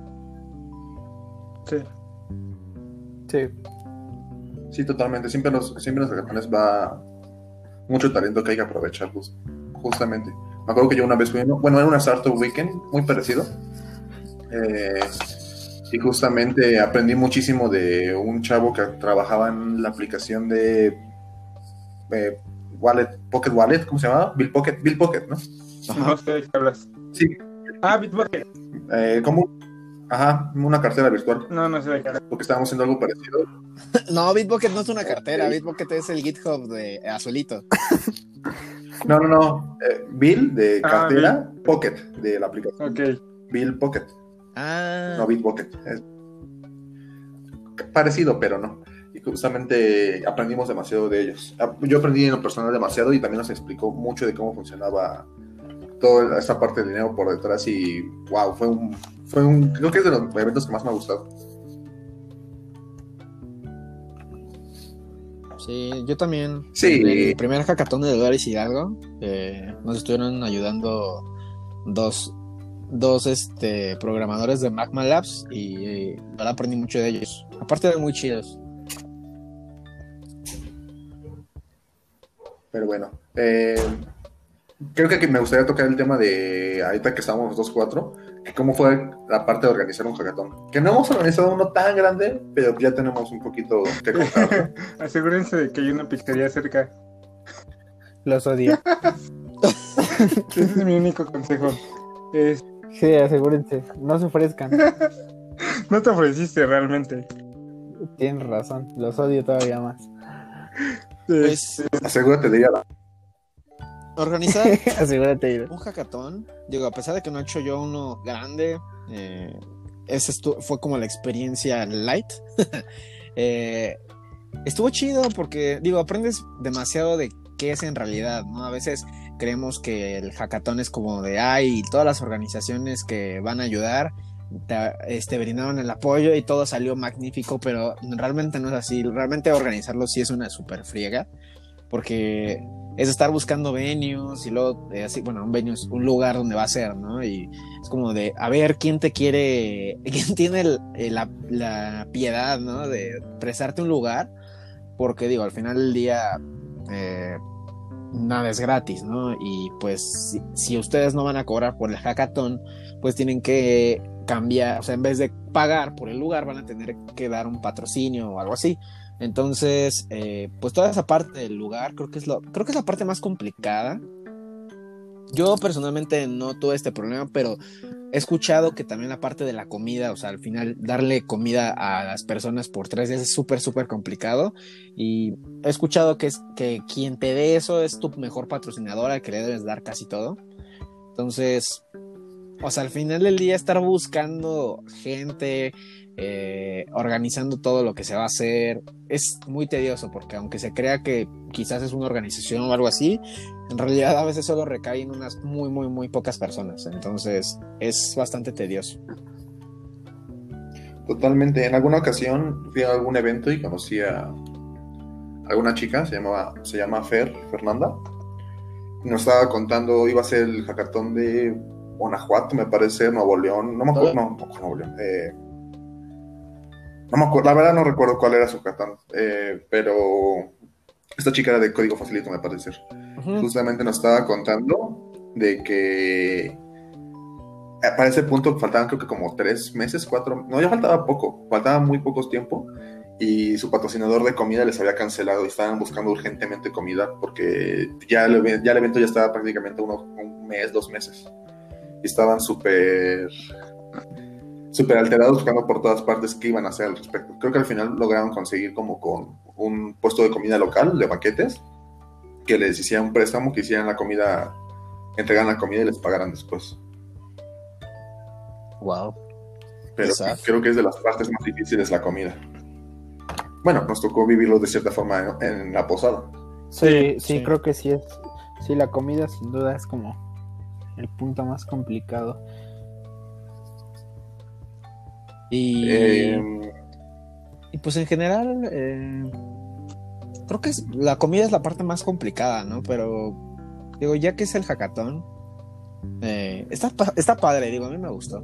sí. Sí. Sí, totalmente. Siempre en los, siempre en los hackathons va mucho talento que hay que aprovechar, jus- justamente. Me acuerdo que yo una vez fui, uno- bueno, era una Startup Weekend, muy parecido. Eh, y justamente aprendí muchísimo de un chavo que trabajaba en la aplicación de eh, Wallet, Pocket Wallet, ¿cómo se llamaba? Bill Pocket, Bill Pocket, ¿no? No sé de qué hablas. Sí, Ah, Bitbucket. eh, como, ajá, una cartera virtual, No, no sé de qué hablas. porque estábamos haciendo algo parecido. No, Bitbucket no es una cartera, Bitbucket es el GitHub de Azuelito. No, no, no, eh, Bill de Ah, cartera, Pocket de la aplicación. Ok. Bill Pocket. Ah, No, Bitbucket. Es parecido, pero no. Y justamente aprendimos demasiado de ellos. Yo aprendí en lo personal demasiado y también nos explicó mucho de cómo funcionaba toda esta parte del dinero por detrás y wow, fue un, fue un, creo que es de los eventos que más me ha gustado. sí, yo también. Sí. En el primer hackathon de Dolores Hidalgo eh, nos estuvieron ayudando dos, dos este, programadores de Magma Labs y eh, la verdad aprendí mucho de ellos. Aparte de muy chidos. Pero bueno, eh, creo que aquí me gustaría tocar el tema de ahorita que estamos los dos cuatro, que cómo fue la parte de organizar un hackathon. Que no hemos organizado uno tan grande, pero ya tenemos un poquito que contar. Asegúrense de que hay una pizzería cerca. Los odio. Ese es mi único consejo. Es, Sí, asegúrense. No se ofrezcan. no te ofreciste realmente. Tienen razón. Los odio todavía más. Pues Asegúrate de ir a la... Organizar Asegúrate de ir. un hackathon, digo, a pesar de que no he hecho yo uno grande, eh, ese estu- fue como la experiencia light. eh, estuvo chido porque, digo, aprendes demasiado de qué es en realidad, ¿no? A veces creemos que el hackathon es como de, ay, todas las organizaciones que van a ayudar te, este, brindaron el apoyo y todo salió magnífico, pero realmente no es así. Realmente organizarlo sí es una super friega, porque es estar buscando venues y luego, eh, así, bueno, un venue es un lugar donde va a ser, ¿no? Y es como de, a ver, ¿quién te quiere, quién tiene el- eh, la, la piedad, ¿no? De prestarte un lugar, porque digo, al final del día, eh, nada es gratis, ¿no? Y pues, si, si ustedes no van a cobrar por el hackathon, pues tienen que cambiar, o sea, en vez de pagar por el lugar, van a tener que dar un patrocinio o algo así. Entonces, eh, pues toda esa parte del lugar creo que es lo, creo que es la parte más complicada. Yo personalmente no tuve este problema, pero he escuchado que también la parte de la comida, o sea, al final darle comida a las personas por tres días es súper, súper complicado. Y he escuchado que es que quien te dé eso es tu mejor patrocinadora, que le debes dar casi todo. Entonces, o sea, al final del día estar buscando gente, eh, organizando todo lo que se va a hacer, es muy tedioso, porque aunque se crea que quizás es una organización o algo así, en realidad a veces solo recae en unas muy, muy, muy pocas personas. Entonces es bastante tedioso. Totalmente. En alguna ocasión fui a algún evento y conocí a alguna chica, se llamaba, se llama Fer, Fernanda. Y nos estaba contando, iba a ser el hackathon de Guanajuato, me parece, Nuevo León, no me acuerdo, no, no, Nuevo León, eh, no me acuerdo, la verdad no recuerdo cuál era su hackathon, eh, pero esta chica era de Código Facilito, me parece. Uh-huh. Justamente nos estaba contando de que para ese punto faltaban creo que como tres meses, cuatro, no, ya faltaba poco, faltaba muy poco tiempo y su patrocinador de comida les había cancelado y estaban buscando urgentemente comida porque ya el, ya el evento ya estaba prácticamente uno, un mes, dos meses y estaban súper súper alterados buscando por todas partes qué iban a hacer al respecto. Creo que al final lograron conseguir como con un puesto de comida local, de banquetes, que les hicieran un préstamo, que hicieran la comida, entregaran la comida y les pagaran después. Wow. Pero creo que es de las partes más difíciles la comida. Bueno, nos tocó vivirlo de cierta forma en, en la posada. Sí, sí, sí, creo que sí es. Sí, la comida sin duda es como el punto más complicado. Y, Eh, y pues en general, eh, creo que es, la comida es la parte más complicada, ¿no? Pero digo, ya que es el hackathon, eh, está, está padre, digo, a mí me gustó.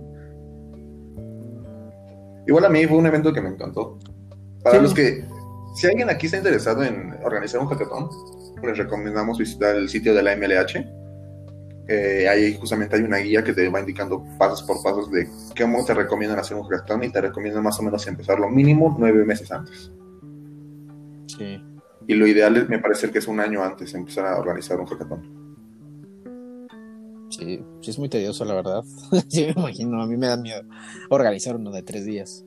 igual a mí fue un evento que me encantó. Para Sí. los que, si alguien aquí está interesado en organizar un hackathon, les recomendamos visitar el sitio de la M L H. Eh, ahí justamente hay una guía que te va indicando pasos por pasos de cómo te recomiendan hacer un hackathon y te recomiendan más o menos empezar lo mínimo nueve meses antes. Sí. Y lo ideal es, me parece que es un año antes de empezar a organizar un hackathon. Sí, sí es muy tedioso, la verdad. Sí, me imagino, a mí me da miedo organizar uno de tres días.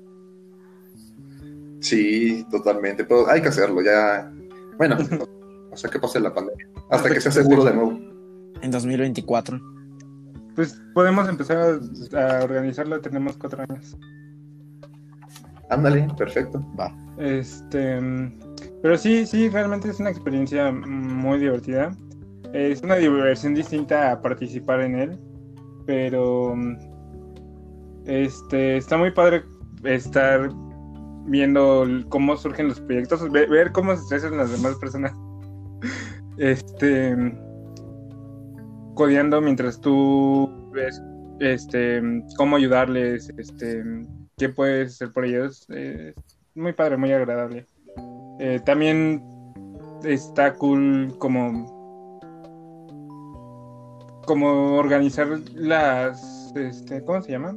Sí, totalmente, pero hay que hacerlo ya. Bueno, o sea que pase la pandemia, hasta que sea seguro de nuevo. En dos mil veinticuatro. Pues podemos empezar a, a organizarlo, tenemos cuatro años. Ándale, perfecto. Va. Este, pero sí, sí, realmente es una experiencia muy divertida. Es una diversión distinta a participar en él, pero este está muy padre estar viendo cómo surgen los proyectos, ver, ver cómo se estresan las demás personas. Este, codeando mientras tú ves este cómo ayudarles, este, qué puedes hacer por ellos. Es muy padre, muy agradable. Eh, también está cool como como organizar las este, ¿cómo se llaman?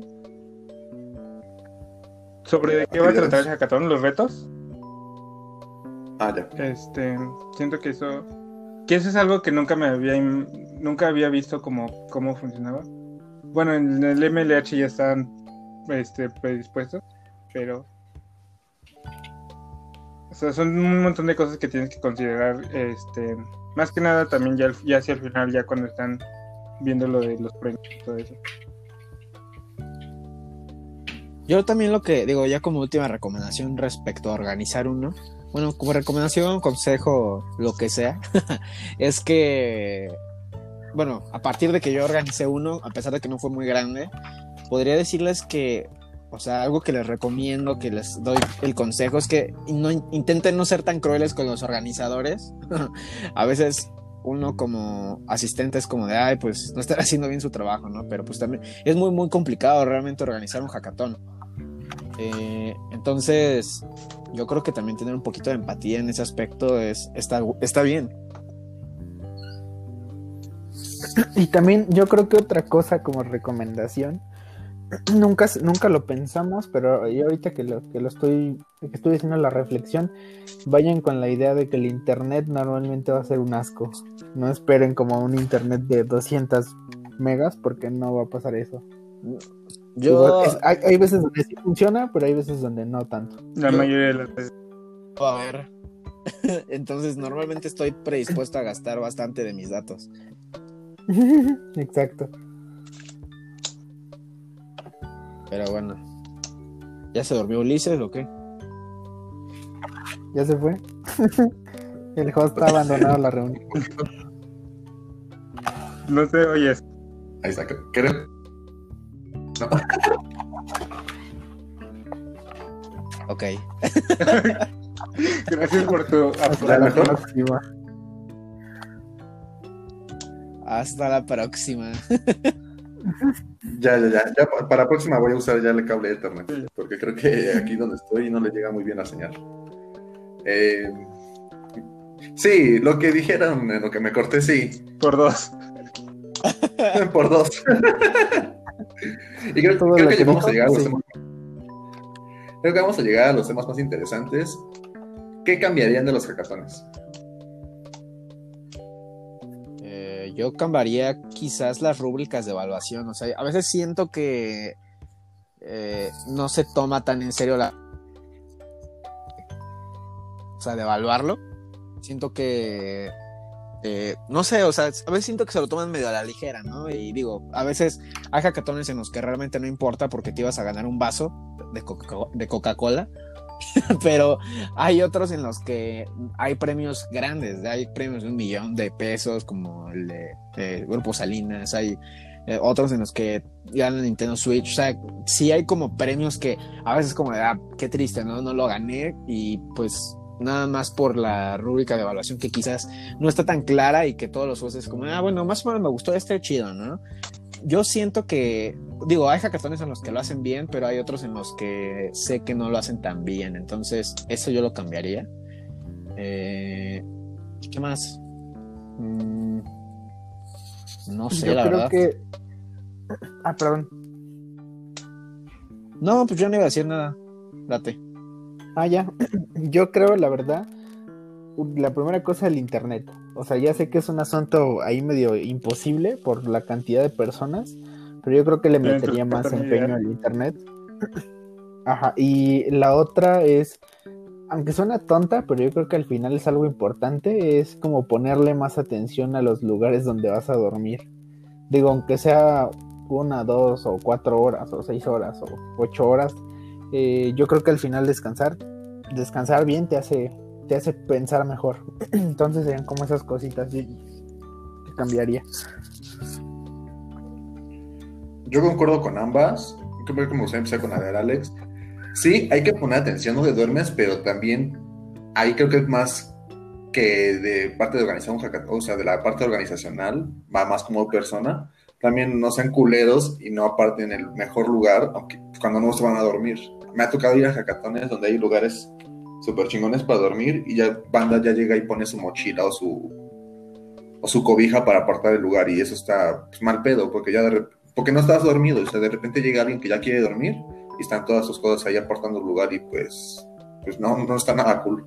Sobre de qué va a tratar el hackathon, los retos. Ah, ya. Este, siento que eso que eso es algo que nunca me había nunca había visto como cómo funcionaba. Bueno, en el M L H ya están este predispuestos, pero sea, son un montón de cosas que tienes que considerar, este, más que nada también ya, ya hacia el final, ya cuando están viendo lo de los premios y todo eso. Yo también lo que digo, ya como última recomendación respecto a organizar uno, bueno, como recomendación, consejo, lo que sea, es que, bueno, a partir de que yo organicé uno, a pesar de que no fue muy grande, podría decirles que, o sea, algo que les recomiendo, que les doy el consejo, es que no, intenten no ser tan crueles con los organizadores. A veces uno como asistente es como de, ay, pues no estará haciendo bien su trabajo, ¿no? Pero pues también es muy, muy complicado realmente organizar un hackathon. Eh, entonces, yo creo que también tener un poquito de empatía en ese aspecto es, está, está bien. Y también yo creo que otra cosa como recomendación, nunca, nunca lo pensamos, pero yo ahorita que lo, que lo estoy, que estoy haciendo la reflexión, vayan con la idea de que el internet normalmente va a ser un asco. No esperen como un internet de doscientas megas, porque no va a pasar eso. Yo... Es, hay, hay veces donde sí funciona, pero hay veces donde no tanto. La Yo... mayoría de las veces. A ver. Entonces, normalmente estoy predispuesto a gastar bastante de mis datos. Exacto. Pero bueno. ¿Ya se durmió Ulises o qué? ¿Ya se fue? El host ha abandonado la reunión. No te oyes. Ahí está, creo. No. Ok. Gracias por tu Hasta la próxima. Hasta la próxima. Ya, ya, ya, ya. Para la próxima voy a usar ya el cable de Ethernet, porque creo que aquí donde estoy no le llega muy bien la señal. Eh, sí, lo que dijeron, en lo que me corté, sí. Por dos. Por dos. Y creo, creo que, que vamos a llegar a los sí. temas. Creo que vamos a llegar a los temas más interesantes. ¿Qué cambiarían de los hackatones? Eh, yo cambiaría quizás las rúbricas de evaluación. O sea, a veces siento que eh, no se toma tan en serio la. O sea, de evaluarlo. Siento que. Eh, no sé, o sea, a veces siento que se lo toman medio a la ligera, ¿no? Y digo, a veces hay hackatones en los que realmente no importa porque te ibas a ganar un vaso de, Coca- de Coca-Cola, pero hay otros en los que hay premios grandes, hay premios de un millón de pesos, como el de, de Grupo Salinas, hay eh, otros en los que ganan Nintendo Switch, o sea, sí hay como premios que a veces como de, ah, qué triste, ¿no? No lo gané y pues nada más por la rúbrica de evaluación que quizás no está tan clara y que todos los jueces como, ah, bueno, más o menos me gustó este chido, ¿no? Yo siento que, digo, hay hackatones en los que lo hacen bien, pero hay otros en los que sé que no lo hacen tan bien, entonces eso yo lo cambiaría. Eh, ¿Qué más? Mm, no sé, yo la creo verdad. Que... Ah, perdón. No, pues yo no iba a decir nada. Date. Ah, ya. Yo creo, la verdad, la primera cosa, el internet. O sea, ya sé que es un asunto ahí medio imposible por la cantidad de personas, pero yo creo que le metería más empeño al internet. Ajá. Y la otra es, aunque suena tonta, pero yo creo que al final es algo importante, es como ponerle más atención a los lugares donde vas a dormir. Digo, aunque sea una, dos o cuatro horas o seis horas o ocho horas, Eh, yo creo que al final descansar descansar bien te hace te hace pensar mejor. Entonces serían como esas cositas que cambiaría. Yo concuerdo con ambas. Creo que me gustaría empezar con la de Alex. Sí, hay que poner atención donde duermes, pero también ahí creo que es más que de parte de organización, o sea, de la parte organizacional, va más como persona. También no sean culeros y no aparten el mejor lugar, aunque cuando no se van a dormir. Me ha tocado ir a hackatones donde hay lugares súper chingones para dormir y ya banda ya llega y pone su mochila o su o su cobija para apartar el lugar y eso está pues, mal pedo porque ya de rep- porque no estás dormido, o sea, de repente llega alguien que ya quiere dormir y están todas sus cosas ahí apartando el lugar y pues pues no, no está nada cool.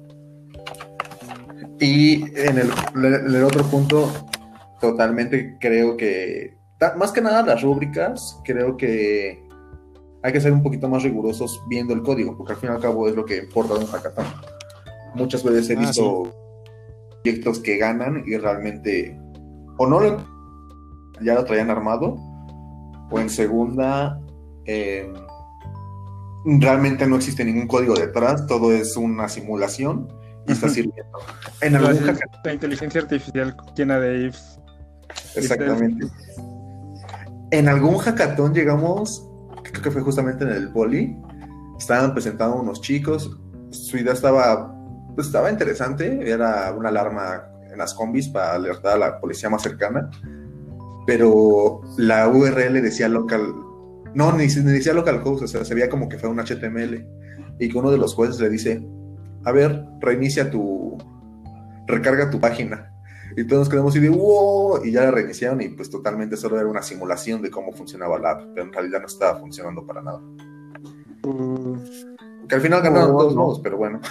Y en el, en el otro punto totalmente creo que más que nada las rúbricas, creo que hay que ser un poquito más rigurosos viendo el código, porque al fin y al cabo es lo que importa de un hackathon. Muchas veces he Ah, visto proyectos que ganan y realmente o no lo, ya lo traían armado, o en segunda eh, realmente no existe ningún código detrás, todo es una simulación y está sirviendo. En algún La, hackathon, la inteligencia artificial llena de ifs. exactamente. En algún hackathon llegamos, creo que fue justamente en el Poli, estaban presentando unos chicos, su idea estaba, pues estaba interesante, era una alarma en las combis para alertar a la policía más cercana, pero la U R L decía local, no, ni, ni decía localhost, o sea, se veía como que fue un H T M L, y que uno de los jueces le dice, a ver, reinicia tu, recarga tu página. Y todos nos quedamos así de wow, y ya la reiniciaron y pues totalmente solo era una simulación de cómo funcionaba la app, pero en realidad no estaba funcionando para nada. Uh, Que al final ganaron Oh, todos no. modos, pero bueno.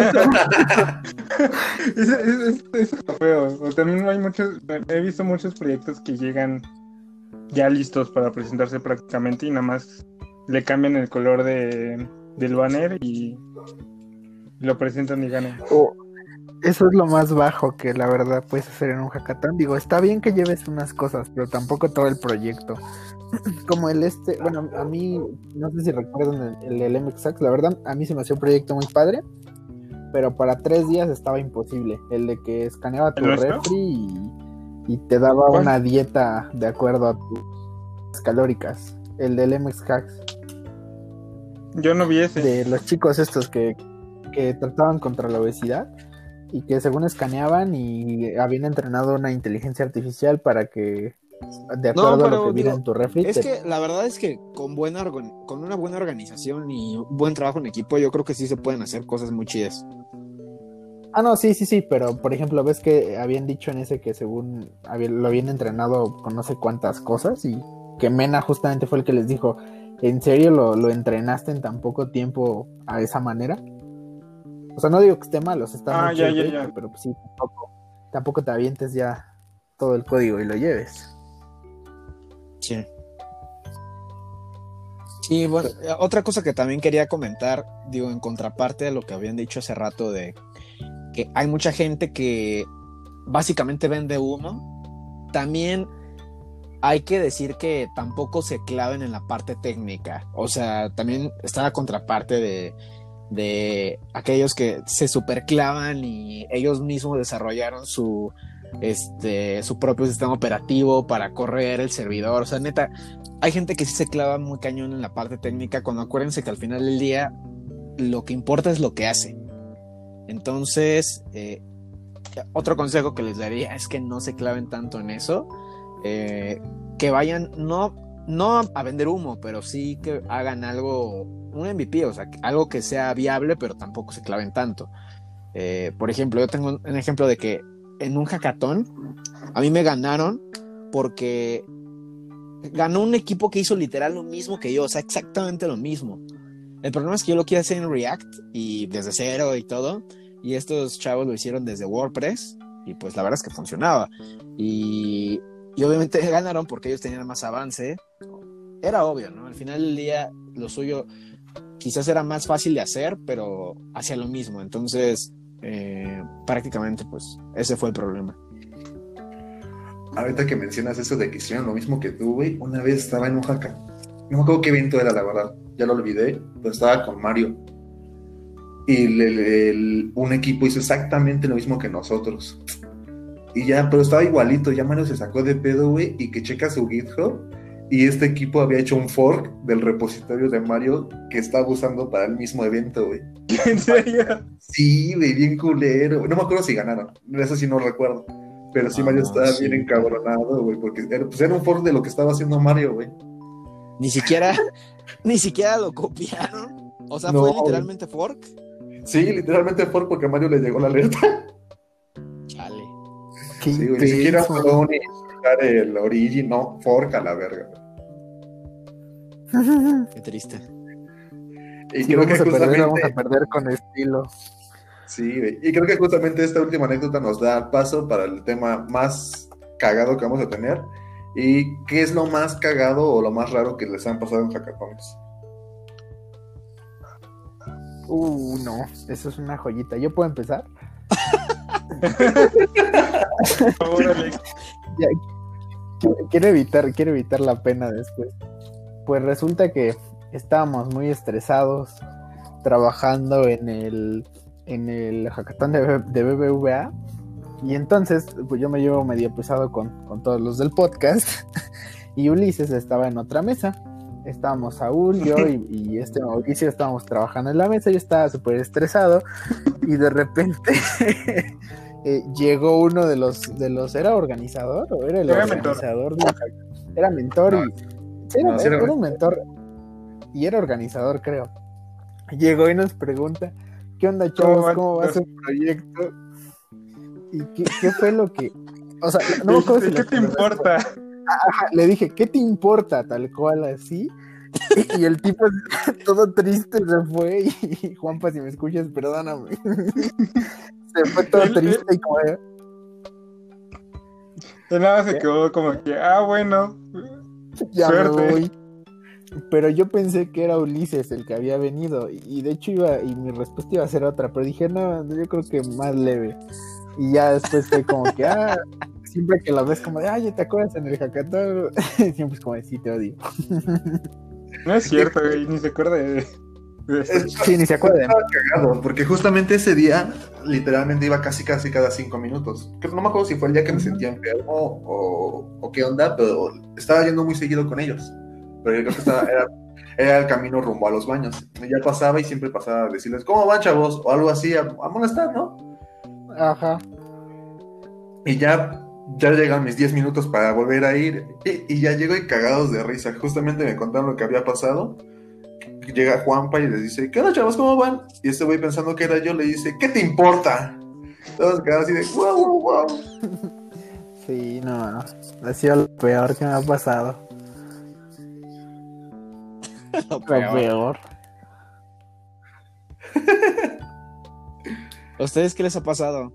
Eso es, es, es feo. O también hay muchos, he visto muchos proyectos que llegan ya listos para presentarse prácticamente y nada más le cambian el color de, del banner y lo presentan y ganan. Oh, eso es lo más bajo que la verdad puedes hacer en un hackathon. Digo, está bien que lleves unas cosas, pero tampoco todo el proyecto. Como el este, bueno, a mí, no sé si recuerdan el, el, el M X Hacks, la verdad, a mí se me hacía un proyecto muy padre, pero para tres días estaba imposible. El de que escaneaba tu ¿El nuestro? refri y, y te daba ¿Cuál? una dieta de acuerdo a tus calóricas. El del M X Hacks, Yo no vi ese. de los chicos estos que, que trataban contra la obesidad y que según escaneaban y habían entrenado una inteligencia artificial para que, de acuerdo No, a pero lo que viera digo, en tu refri, es te- que la verdad es que con buena organ- con una buena organización y un buen trabajo en equipo, yo creo que sí se pueden hacer cosas muy chidas. Ah, no, sí, sí, sí, pero por ejemplo, ves que habían dicho en ese que según había- lo habían entrenado con no sé cuántas cosas y que Mena justamente fue el que les dijo, ¿en serio lo, lo entrenaste en tan poco tiempo a esa manera? O sea, no digo que esté mal, o sea, está Ah, muy ya, chido el ya, proyecto, ya. pero pues sí, tampoco, tampoco te avientes ya todo el código y lo lleves. Sí. Sí, bueno, eh, otra cosa que también quería comentar, digo, en contraparte a lo que habían dicho hace rato de que hay mucha gente que básicamente vende humo, también hay que decir que tampoco se claven en la parte técnica. O sea, también está la contraparte de, de aquellos que se superclavan y ellos mismos desarrollaron su, este, su propio sistema operativo para correr el servidor. O sea, neta, hay gente que sí se clava muy cañón en la parte técnica, cuando acuérdense que al final del día lo que importa es lo que hace. Entonces, eh, otro consejo que les daría es que no se claven tanto en eso, eh, que vayan no, no a vender humo, pero sí que hagan algo, un M V P, o sea, algo que sea viable, pero tampoco se claven tanto. Eh, por ejemplo, yo tengo un, un ejemplo de que en un hackathon a mí me ganaron porque ganó un equipo que hizo literal lo mismo que yo, o sea, exactamente lo mismo. El problema es que yo lo quiero hacer en React y desde cero y todo, y estos chavos lo hicieron desde WordPress y pues la verdad es que funcionaba. Y, y obviamente ganaron porque ellos tenían más avance. Era obvio, ¿no? Al final del día lo suyo quizás era más fácil de hacer, pero hacía lo mismo. Entonces, eh, prácticamente pues ese fue el problema. Ahorita que mencionas eso de que hicieron lo mismo que tú, güey, una vez estaba en un hackathon. No me acuerdo qué evento era, la verdad. Ya lo olvidé, pero estaba con Mario. Y le- le- el- un equipo hizo exactamente lo mismo que nosotros. Y ya, pero estaba igualito. Ya Mario se sacó de pedo, güey, y que checa su GitHub. Y este equipo había hecho un fork del repositorio de Mario que estaba usando para el mismo evento, güey. ¿En serio? Sí, güey, bien culero. No me acuerdo si ganaron. Eso sí no recuerdo. Pero sí, Ah, Mario estaba sí. bien encabronado, güey, porque era, pues era un fork de lo que estaba haciendo Mario, güey. Ni siquiera, ni siquiera lo copiaron. O sea, No, fue literalmente fork. Sí, literalmente fork porque a Mario le llegó la alerta. Chale. Qué Sí, güey, ni siquiera intenso. pudo ni buscar el origin, no, fork a la verga. Qué triste. Y Si creo que vamos a perder, justamente, vamos a perder con estilo. sí, güey, y creo que justamente esta última anécdota nos da paso para el tema más cagado que vamos a tener. ¿Y qué es lo más cagado o lo más raro que les han pasado en hackathons? Uh, no, eso es una joyita. ¿Yo puedo empezar? Por favor, Alex. Ya, quiero, quiero evitar, quiero evitar la pena después. Pues resulta que estábamos muy estresados trabajando en el en el hackathon de, de B B V A, y entonces pues yo me llevo medio pesado con, con todos los del podcast y Ulises estaba en otra mesa. Estábamos Saúl, yo y, y este Mauricio estábamos trabajando en la mesa. Yo estaba súper estresado y de repente eh, llegó uno de los de los ¿era organizador o era el Era organizador? De, era mentor No, y sí, era, no, sí era, era era un mentor y era organizador, creo. Llegó y nos pregunta: ¿qué onda, chavos? ¿Cómo ¿Cómo va- va su proyecto? ¿Y qué, qué fue lo que...? O sea, no me acuerdo si ¿Qué lo- te importa? Ajá, le dije, ¿qué te importa? Tal cual, así. Y, y el tipo todo triste se fue. Y Juanpa, si me escuchas, perdóname. Se fue todo Él- triste y como... de, Él nada más se ¿Qué? quedó como que, ah, bueno, ya suerte. me voy. Pero yo pensé que era Ulises el que había venido. Y, y de hecho iba... Y mi respuesta iba a ser otra. Pero dije, no, yo creo que más leve. Y ya después fue como que, ah... Siempre que la ves como de, ay, ¿te acuerdas en el hackathon? Siempre es como de, sí, te odio. No es cierto, güey, ni se acuerda de, de eso. Es- Sí, ni se acuerdan. Estaba cagado, porque justamente ese día, literalmente iba casi casi cada cinco minutos. Que no me acuerdo si fue el día que me sentía enfermo o, o qué onda, pero estaba yendo muy seguido con ellos. Pero yo creo que estaba, era, era el camino rumbo a los baños. Y ya pasaba y siempre pasaba a decirles, ¿cómo van, chavos? O algo así, a, a molestar, ¿no? Ajá. Y ya, ya llegan mis diez minutos para volver a ir. Y, y ya llego y cagados de risa. Justamente me contaron lo que había pasado. Llega Juanpa y les dice, ¿qué onda, chavos? ¿Cómo van? Y este güey, pensando que era yo, le dice, ¿qué te importa? Todos quedaron así de, wow, wow, wow. Sí, no, no. Ha sido lo peor que me ha pasado. Lo Lo peor. peor. ¿A ustedes qué les ha pasado?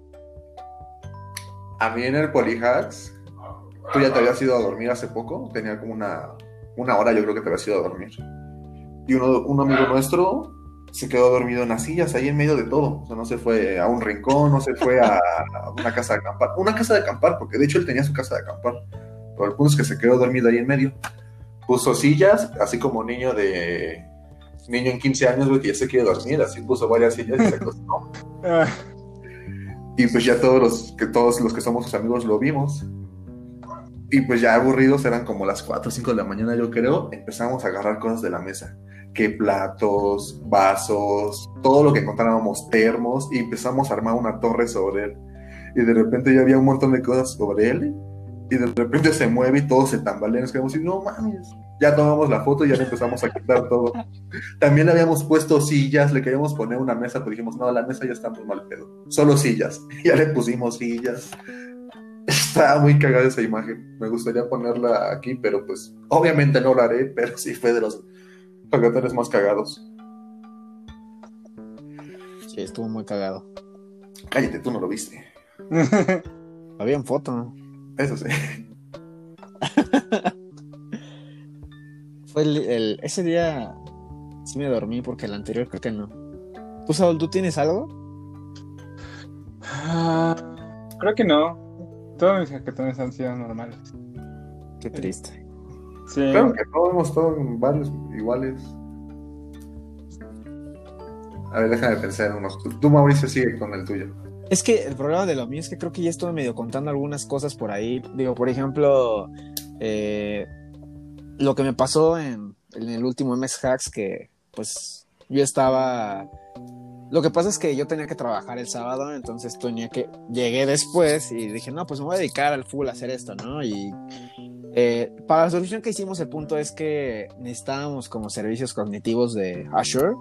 A mí en el Polyhacks, tú ya te habías ido a dormir hace poco. Tenía como una, una hora, yo creo que te habías ido a dormir. Y uno, un amigo nuestro se quedó dormido en las sillas, ahí en medio de todo. O sea, no se fue a un rincón, no se fue a una casa de acampar. Una casa de acampar, porque de hecho él tenía su casa de acampar. Pero el punto es que se quedó dormido ahí en medio. Puso sillas, así como niño de... Niño en quince años, güey, que ya se quiere dormir. Así puso varias sillas y se acostó. Ah, Y pues ya todos los que, todos los que somos sus amigos lo vimos. Y pues ya aburridos, eran como las cuatro o cinco de la mañana, yo creo. Empezamos a agarrar cosas de la mesa. Que platos, vasos, todo lo que encontrábamos, termos. Y empezamos a armar una torre sobre él. Y de repente ya había un montón de cosas sobre él. Y de repente se mueve y todo se tambalea. Nos quedamos así, no mames. Ya tomamos la foto y ya le empezamos a quitar todo. También le habíamos puesto sillas, le queríamos poner una mesa, pero dijimos, no, la mesa ya está muy mal pedo. Solo sillas. Ya le pusimos sillas. Estaba muy cagada esa imagen. Me gustaría ponerla aquí, pero pues obviamente no lo haré, pero sí fue de los hackatones más cagados. Sí, estuvo muy cagado. Cállate, tú no lo viste. Había en foto. Eso sí. Fue el, el- ese día sí me dormí porque el anterior creo que no. ¿Tú, Saúl, tú tienes algo? ah, creo que no. Todos mis hackatones han sido normales. Qué triste. Sí. Claro que no, hemos estado en varios iguales. A ver, déjame pensar en unos. Tú, Mauricio, sigue con el tuyo. Es que el problema de lo mío es que creo que ya estuve medio contando algunas cosas por ahí. Digo, por ejemplo, eh, lo que me pasó en, en el último M S Hacks, que pues yo estaba... Lo que pasa es que yo tenía que trabajar el sábado, entonces tenía que... Llegué después y dije, no, pues me voy a dedicar al full a hacer esto, ¿no? Y eh, para la solución que hicimos, el punto es que necesitábamos como servicios cognitivos de Azure.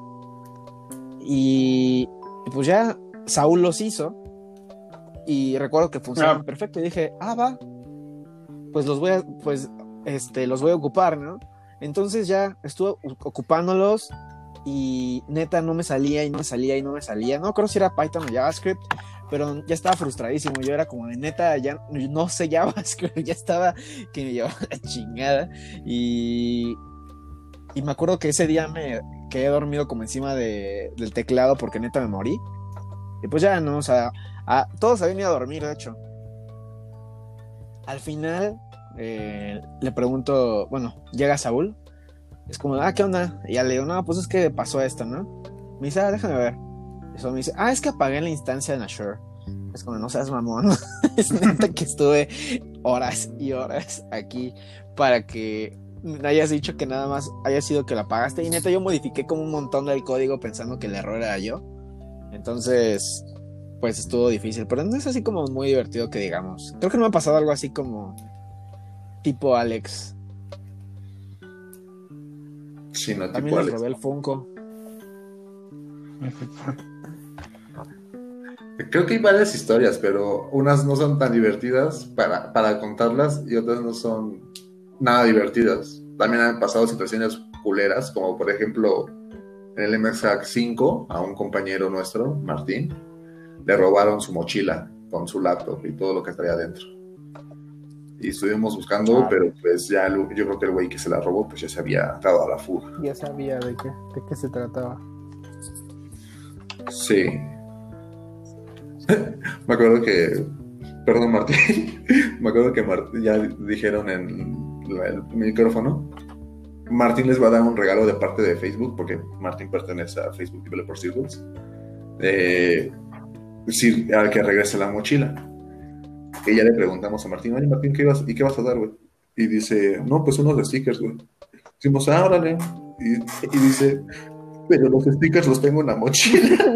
Y, y pues ya Saúl los hizo. Y recuerdo que funcionaron Ah. perfecto. Y dije, ah, va. Pues los voy a, pues, este, los voy a ocupar, ¿no? Entonces ya estuve ocupándolos. Y neta no me salía y no me salía y no me salía. No creo si era Python o JavaScript, pero ya estaba frustradísimo. Yo era como de neta, ya no sé JavaScript, ya estaba que me llevaba la chingada. Y, y me acuerdo que ese día me quedé dormido como encima de, del teclado porque neta me morí. Y pues ya, ¿no? O sea, a, todos habían ido a dormir, de hecho. Al final, eh, le pregunto, bueno, llega Saúl. Es como, ah, ¿qué onda? Y ya le digo, no, pues es que pasó esto, ¿no? Me dice, ah, déjame ver. Eso me dice, ah, es que apagué la instancia en Azure. Es como, no seas mamón. Es neta que estuve horas y horas aquí para que me hayas dicho que nada más haya sido que la apagaste. Y neta, yo modifiqué como un montón del código pensando que el error era yo. Entonces, pues estuvo difícil. Pero no es así como muy divertido que digamos. Creo que no me ha pasado algo así como tipo Alex. Sí, no, También tipo les Alex. robé el Funko. Creo que hay varias historias, pero unas no son tan divertidas para, para contarlas y otras no son nada divertidas. También han pasado situaciones culeras, como por ejemplo en el M S Hack cinco a un compañero nuestro, Martín, le robaron su mochila con su laptop y todo lo que traía adentro. Y estuvimos buscando, Ah, pero pues ya el- yo creo que el güey que se la robó pues ya se había dado a la fuga. Ya sabía de qué, de qué se trataba. Sí. Me acuerdo que, perdón Martín, me acuerdo que Mart- ya dijeron en la- el micrófono, Martín les va a dar un regalo de parte de Facebook, porque Martín pertenece a Facebook Developer Circles, eh, sí, al que regrese la mochila. Y ya le preguntamos a Martín, oye Martín, ¿qué vas, ¿y qué vas a dar, güey? Y dice, no, pues unos de stickers, güey. Decimos, ah, órale. Y, y dice, pero los stickers los tengo en la mochila.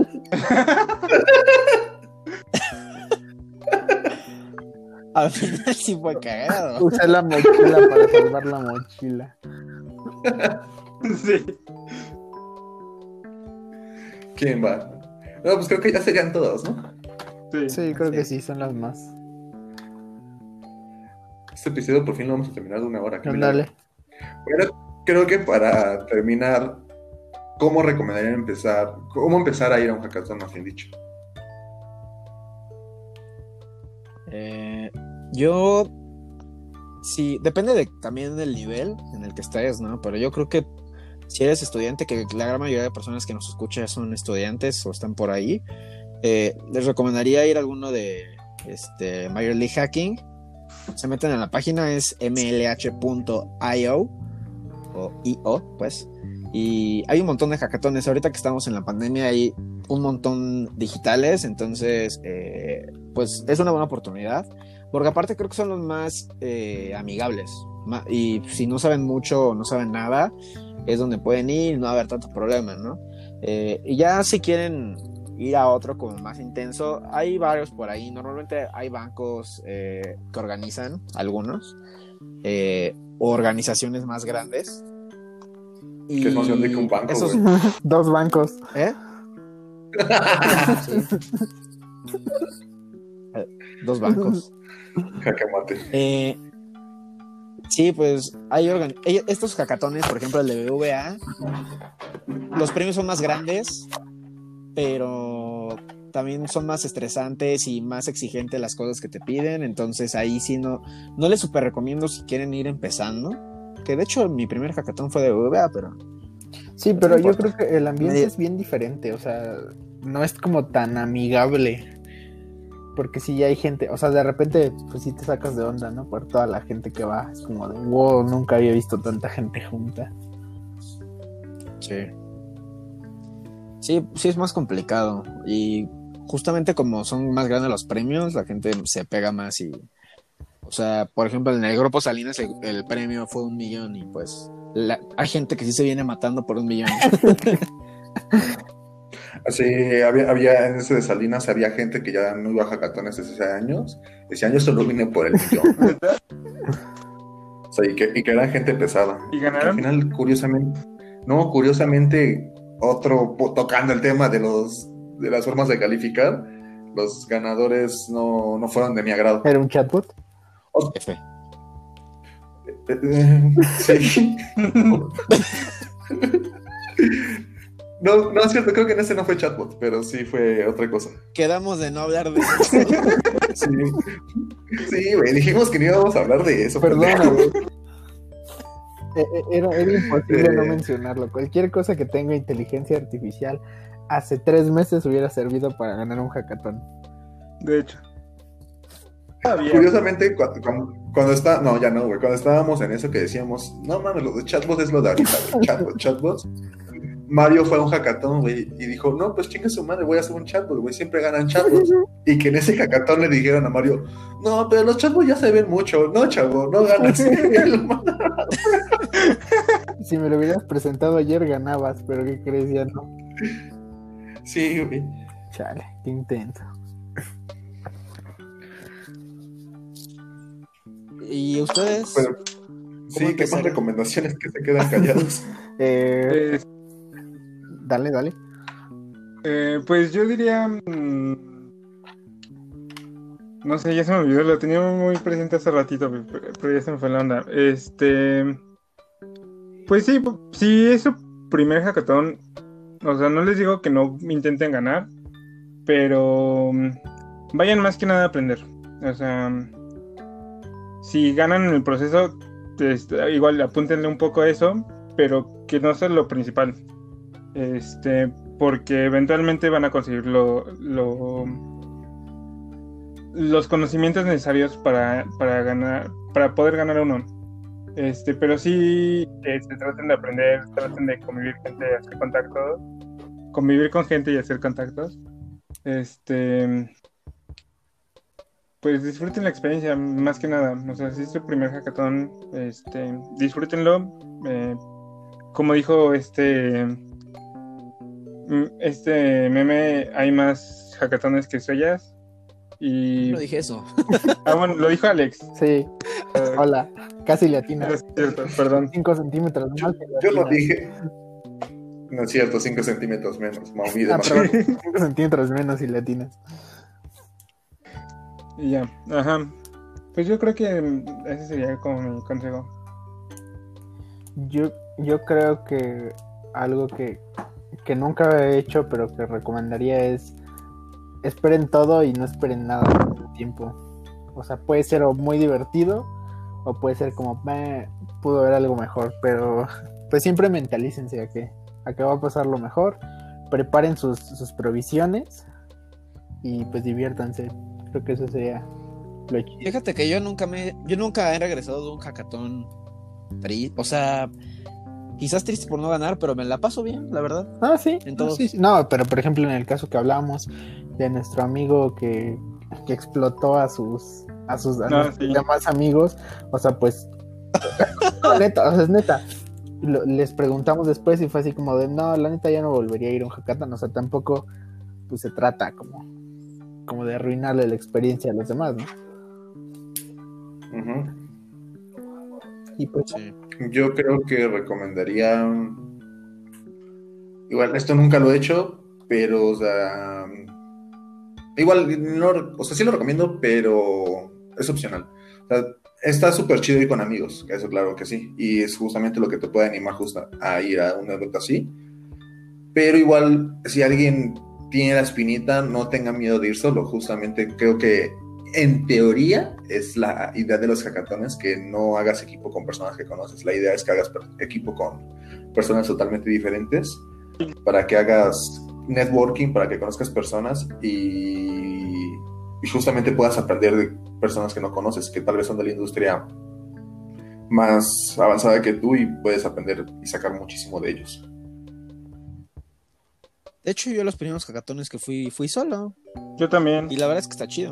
Al final sí fue cagado. Usé la mochila para salvar la mochila. Sí. ¿Quién va? No, pues creo que ya serían todos, ¿no? Sí. Sí, creo Sí. que sí, son las más. Este episodio por fin lo vamos a terminar de una hora. que me Dale. la- Pero creo que para terminar, ¿cómo recomendarían empezar? ¿Cómo empezar a ir a un hackathon, más bien dicho? Eh, yo sí, depende de, también del nivel en el que estés, ¿no? Pero yo creo que si eres estudiante, que la gran mayoría de personas que nos escuchan son estudiantes o están por ahí, eh, les recomendaría ir a alguno de este, Major League Hacking. Se meten en la página, es m l h punto i o o I O, pues. Y hay un montón de hackatones. Ahorita que estamos en la pandemia hay un montón digitales, entonces eh, pues es una buena oportunidad, porque aparte creo que son los más eh, amigables, Ma- y si no saben mucho o no saben nada, es donde pueden ir y no va a haber tanto problema, ¿no? Eh, y ya si quieren ir a otro como más intenso, hay varios por ahí. Normalmente hay bancos eh, que organizan algunos, eh, o organizaciones más grandes. Y Que es más grande que un banco, esos- güey. Dos bancos. ¿Eh? Sí. Eh, Dos bancos. Jacamate. Eh, sí, pues hay organ- eh, estos hackatones, por ejemplo, el de B B V A, los premios son más grandes, pero también son más estresantes y más exigentes las cosas que te piden. Entonces ahí sí no, no les super recomiendo si quieren ir empezando. Que de hecho mi primer hackatón fue de B B V A, pero Sí, pero No yo importa. creo que el ambiente Medio- es bien diferente, o sea, no es como tan amigable. Porque sí, ya hay gente, o sea, de repente, pues sí te sacas de onda, ¿no? Por toda la gente que va, es como de, wow, nunca había visto tanta gente junta. sí. Sí, sí es más complicado. Y justamente como son más grandes los premios, la gente se pega más y... O sea, por ejemplo, en el Grupo Salinas el, el premio fue un millón y pues la- hay gente que sí se viene matando por un millón. Así, había, había, en ese de Salinas había gente que ya no iba a hackatones desde hace años. Ese año solo vine por el millón. O sea, y que, y que era gente pesada. ¿Y Que al ganaron? final, curiosamente, no, curiosamente, otro, po- tocando el tema de los de las formas de calificar, los ganadores no, no fueron de mi agrado. ¿Era un chatbot? F. Eh, eh, sí. No, no es cierto, creo que en ese no fue chatbot, pero sí fue otra cosa. Quedamos de no hablar de eso. Sí, sí, güey, dijimos que no íbamos a hablar de eso. Perdona, pendejo. güey. Eh, eh, Era, era imposible no Eh. mencionarlo. Cualquier cosa que tenga inteligencia artificial hace tres meses hubiera servido para ganar un hackathon. De hecho. Todavía. Curiosamente, cuando, cuando, cuando está, no, ya no, güey, cuando estábamos en eso que decíamos, no mames, lo de chatbots es lo de ahorita, güey, chatbots, chatbots. Mario fue a un hackathon, güey, y dijo, no, pues chinga su madre, voy a hacer un chatbot, güey, siempre ganan chatbots. Y que en ese hackathon le dijeron a Mario, no, pero los chatbots ya se ven mucho, no, chavo, no ganas. Si me lo hubieras presentado ayer ganabas, pero ¿qué crees? Ya no. Sí, güey. Chale, qué intenso. ¿Y ustedes? Pero, sí, ¿qué más empezaron? recomendaciones que se quedan callados? Eh, Eh, dale, dale. eh, pues yo diría. mm, No sé, ya se me olvidó, lo tenía muy presente hace ratito, pero, pero ya se me fue la onda. Este. Pues sí, si es su primer hackathon, o sea, no les digo que no intenten ganar, pero mm, vayan más que nada a aprender. O sea, si ganan en el proceso, este, igual apúntenle un poco a eso, pero que no sea lo principal. Este, porque eventualmente van a conseguir lo, lo- los conocimientos necesarios para, para ganar, para poder ganar uno. Este, pero sí, este, traten de aprender, traten de convivir gente y hacer contactos, convivir con gente y hacer contactos. Este, pues disfruten la experiencia, más que nada. O sea, si es su primer hackathon, este, disfrútenlo. Eh, como dijo este, mm, este meme, hay más hackathones que estrellas. Y, No dije eso. ah, bueno, lo dijo Alex. Sí, Eh, hola. Casi le atinas. es cierto, perdón. Cinco centímetros Yo, más. que le yo lo atinas. dije. No es cierto, cinco centímetros menos. Maumí Ah, demasiado. perdón. Cinco centímetros menos y le atinas. Y ya, ajá. Pues yo creo que mm, ese sería como mi consejo. Yo, yo creo que algo que, que nunca he hecho, pero que recomendaría es esperen todo y no esperen nada al mismo tiempo. O sea, puede ser o muy divertido o puede ser como, "Meh, pudo haber algo mejor", pero pues siempre mentalícense a que, a que va a pasar lo mejor, preparen sus, sus provisiones y pues diviértanse. Creo que eso sería lo chido. Fíjate que yo nunca me, yo nunca he regresado de un hackathon tri, o sea, quizás triste por no ganar, pero me la paso bien, la verdad. Ah, sí. En No, todos. sí, sí. No, pero por ejemplo, en el caso que hablamos de nuestro amigo que, que explotó a sus a sus a No, nuestros sí. demás amigos, o sea, pues no, neta, o sea, es neta. Lo- les preguntamos después y fue así como de, no, la neta ya no volvería a ir a un hackathon, o sea, tampoco pues se trata como como de arruinarle la experiencia a los demás, ¿no? Ujú. Y pues Sí. Yo creo que recomendaría. Igual, esto nunca lo he hecho, pero, o sea. Igual, no, o sea, sí lo recomiendo, pero es opcional. O sea, está súper chido ir con amigos, eso claro que sí. Y es justamente lo que te puede animar justo a ir a un evento así. Pero igual, si alguien tiene la espinita, no tenga miedo de ir solo. Justamente creo que en teoría es la idea de los hackatones, que no hagas equipo con personas que conoces. La idea es que hagas per- equipo con personas totalmente diferentes para que hagas networking, para que conozcas personas y, y justamente puedas aprender de personas que no conoces, que tal vez son de la industria más avanzada que tú y puedes aprender y sacar muchísimo de ellos. De hecho, yo los primeros hackatones que fui, fui solo. Yo también. Y la verdad es que está chido.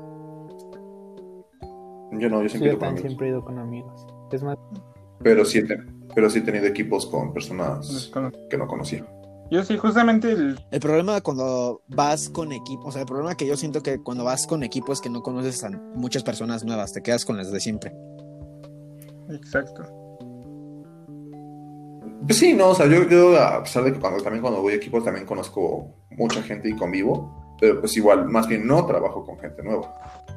Yo no, yo sí, siempre he yo ido con también amigos. siempre he ido con amigos. Es más, Pero sí, he ten- pero sí he tenido equipos con personas que no conocía. Yo sí, justamente el... El problema cuando vas con equipo, o sea, el problema que yo siento que cuando vas con equipo es que no conoces a muchas personas nuevas, te quedas con las de siempre. Exacto. Pues sí, no, o sea, yo, yo a pesar de que cuando, también cuando voy a equipos también conozco mucha gente y convivo, pero pues igual, más bien no trabajo con gente nueva.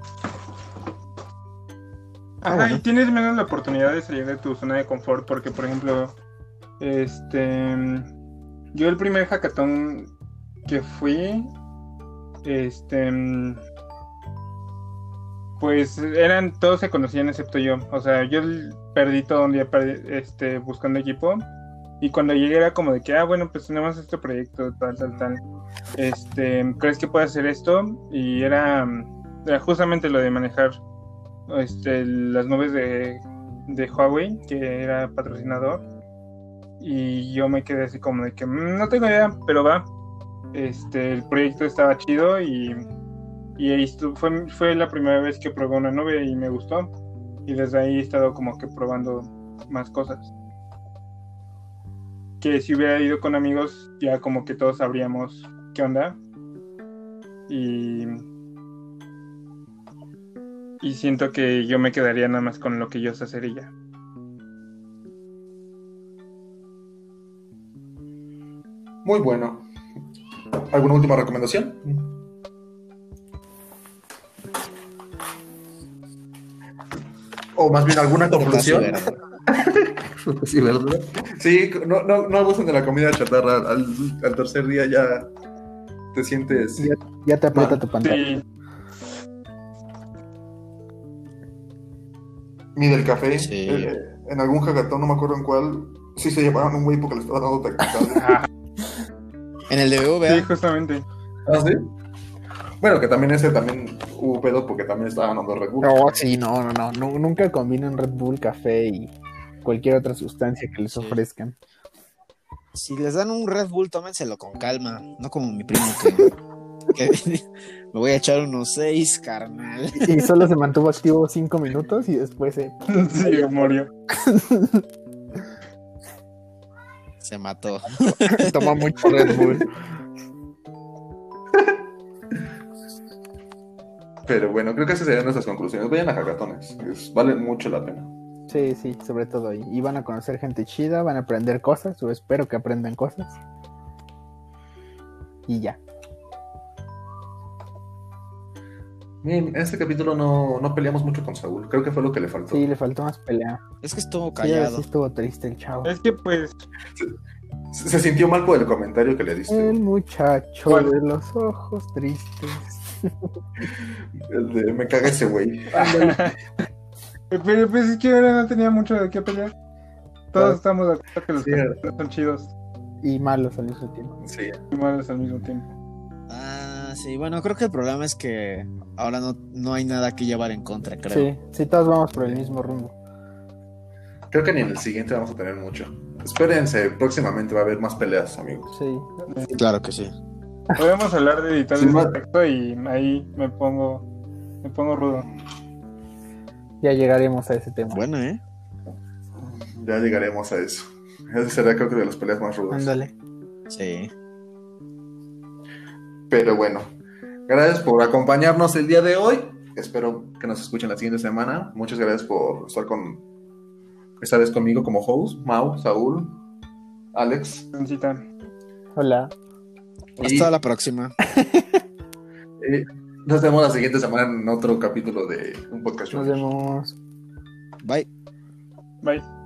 Ajá, bueno. y tienes menos la oportunidad de salir de tu zona de confort porque, por ejemplo, este, yo el primer hackathon que fui, este, pues eran, todos se conocían excepto yo. O sea, yo perdí todo un día perdí, este, buscando equipo. Y cuando llegué era como de que, ah, bueno, pues tenemos este proyecto, tal, tal, tal. Este, ¿crees que puedes hacer esto? Y era, era justamente lo de manejar este, las nubes de, de Huawei, que era patrocinador. Y yo me quedé así como de que, "Mm, no tengo idea, pero va". Este, el proyecto estaba chido y, y ahí estu- fue, fue la primera vez que probé una nube y me gustó. Y desde ahí he estado como que probando más cosas. Que si hubiera ido con amigos, ya como que todos sabríamos qué onda. Y, y siento que yo me quedaría nada más con lo que yo sé hacer y ya. Muy bueno. ¿Alguna última recomendación? O más bien alguna conclusión. Sí, ¿verdad? Sí, no, no, no abusen de la comida chatarra. Al, al tercer día ya te sientes. Ya, ya te aprieta Mal. tu pantalla. Sí, Ni del café. Sí. Eh, en algún hackathon, no me acuerdo en cuál. Sí, se llevaron un güey porque le estaba dando taquizadas. ah, En el de B B V sí, A. justamente. ¿Ah, sí? Bueno, que también ese también hubo pedo porque también estaban dando Red Bull. No, sí, no, no, no, no, nunca combinen Red Bull, café y cualquier otra sustancia que les Sí. ofrezcan. Si les dan un Red Bull, tómenselo con calma. No como mi primo que, que me voy a echar unos seis, carnal. Y solo se mantuvo activo cinco minutos y después se... Sí, murió. Se mató. toma mucho Red Bull. Pero bueno, creo que esas serían nuestras conclusiones. Vayan a hackatones. Es- valen mucho la pena. Sí, sí, sobre todo ahí. Y van a conocer gente chida, van a aprender cosas, o espero que aprendan cosas. Y ya. Bien, en este capítulo no, no peleamos mucho con Saúl. Creo que fue lo que le faltó. Sí, le faltó más pelea. Es que estuvo Sí, callado. sí estuvo triste el chavo. Es que pues, Se, se sintió mal por el comentario que le diste. El muchacho ¿Cuál? de los ojos tristes. El de me caga ese güey. pero pues es que ahora no tenía mucho de qué pelear. Todos estamos de acuerdo que los Sí. cantantes son chidos Y malos al mismo tiempo. Sí. y malos al mismo tiempo. Ah, sí, bueno, creo que el problema es que ahora no, no hay nada que llevar en contra, creo. Sí, sí, todos vamos por el mismo rumbo. Creo que ni en el siguiente vamos a tener mucho. Espérense, próximamente va a haber más peleas, amigos. Sí. Claro que sí. Podemos hablar de editar Sí, el ma- texto y ahí me pongo, me pongo rudo. Ya llegaremos a ese tema. Bueno, ¿eh? Ya llegaremos a eso. Esa será creo que de las peleas más rudas. Ándale. Sí. Pero bueno, gracias por acompañarnos el día de hoy. Espero que nos escuchen la siguiente semana. Muchas gracias por estar con esta vez conmigo como host. Mau, Saúl, Alex. Necesita. Hola. Y- Hasta la próxima. Eh, nos vemos la siguiente semana en otro capítulo de un podcast. Nos vemos. Bye. Bye.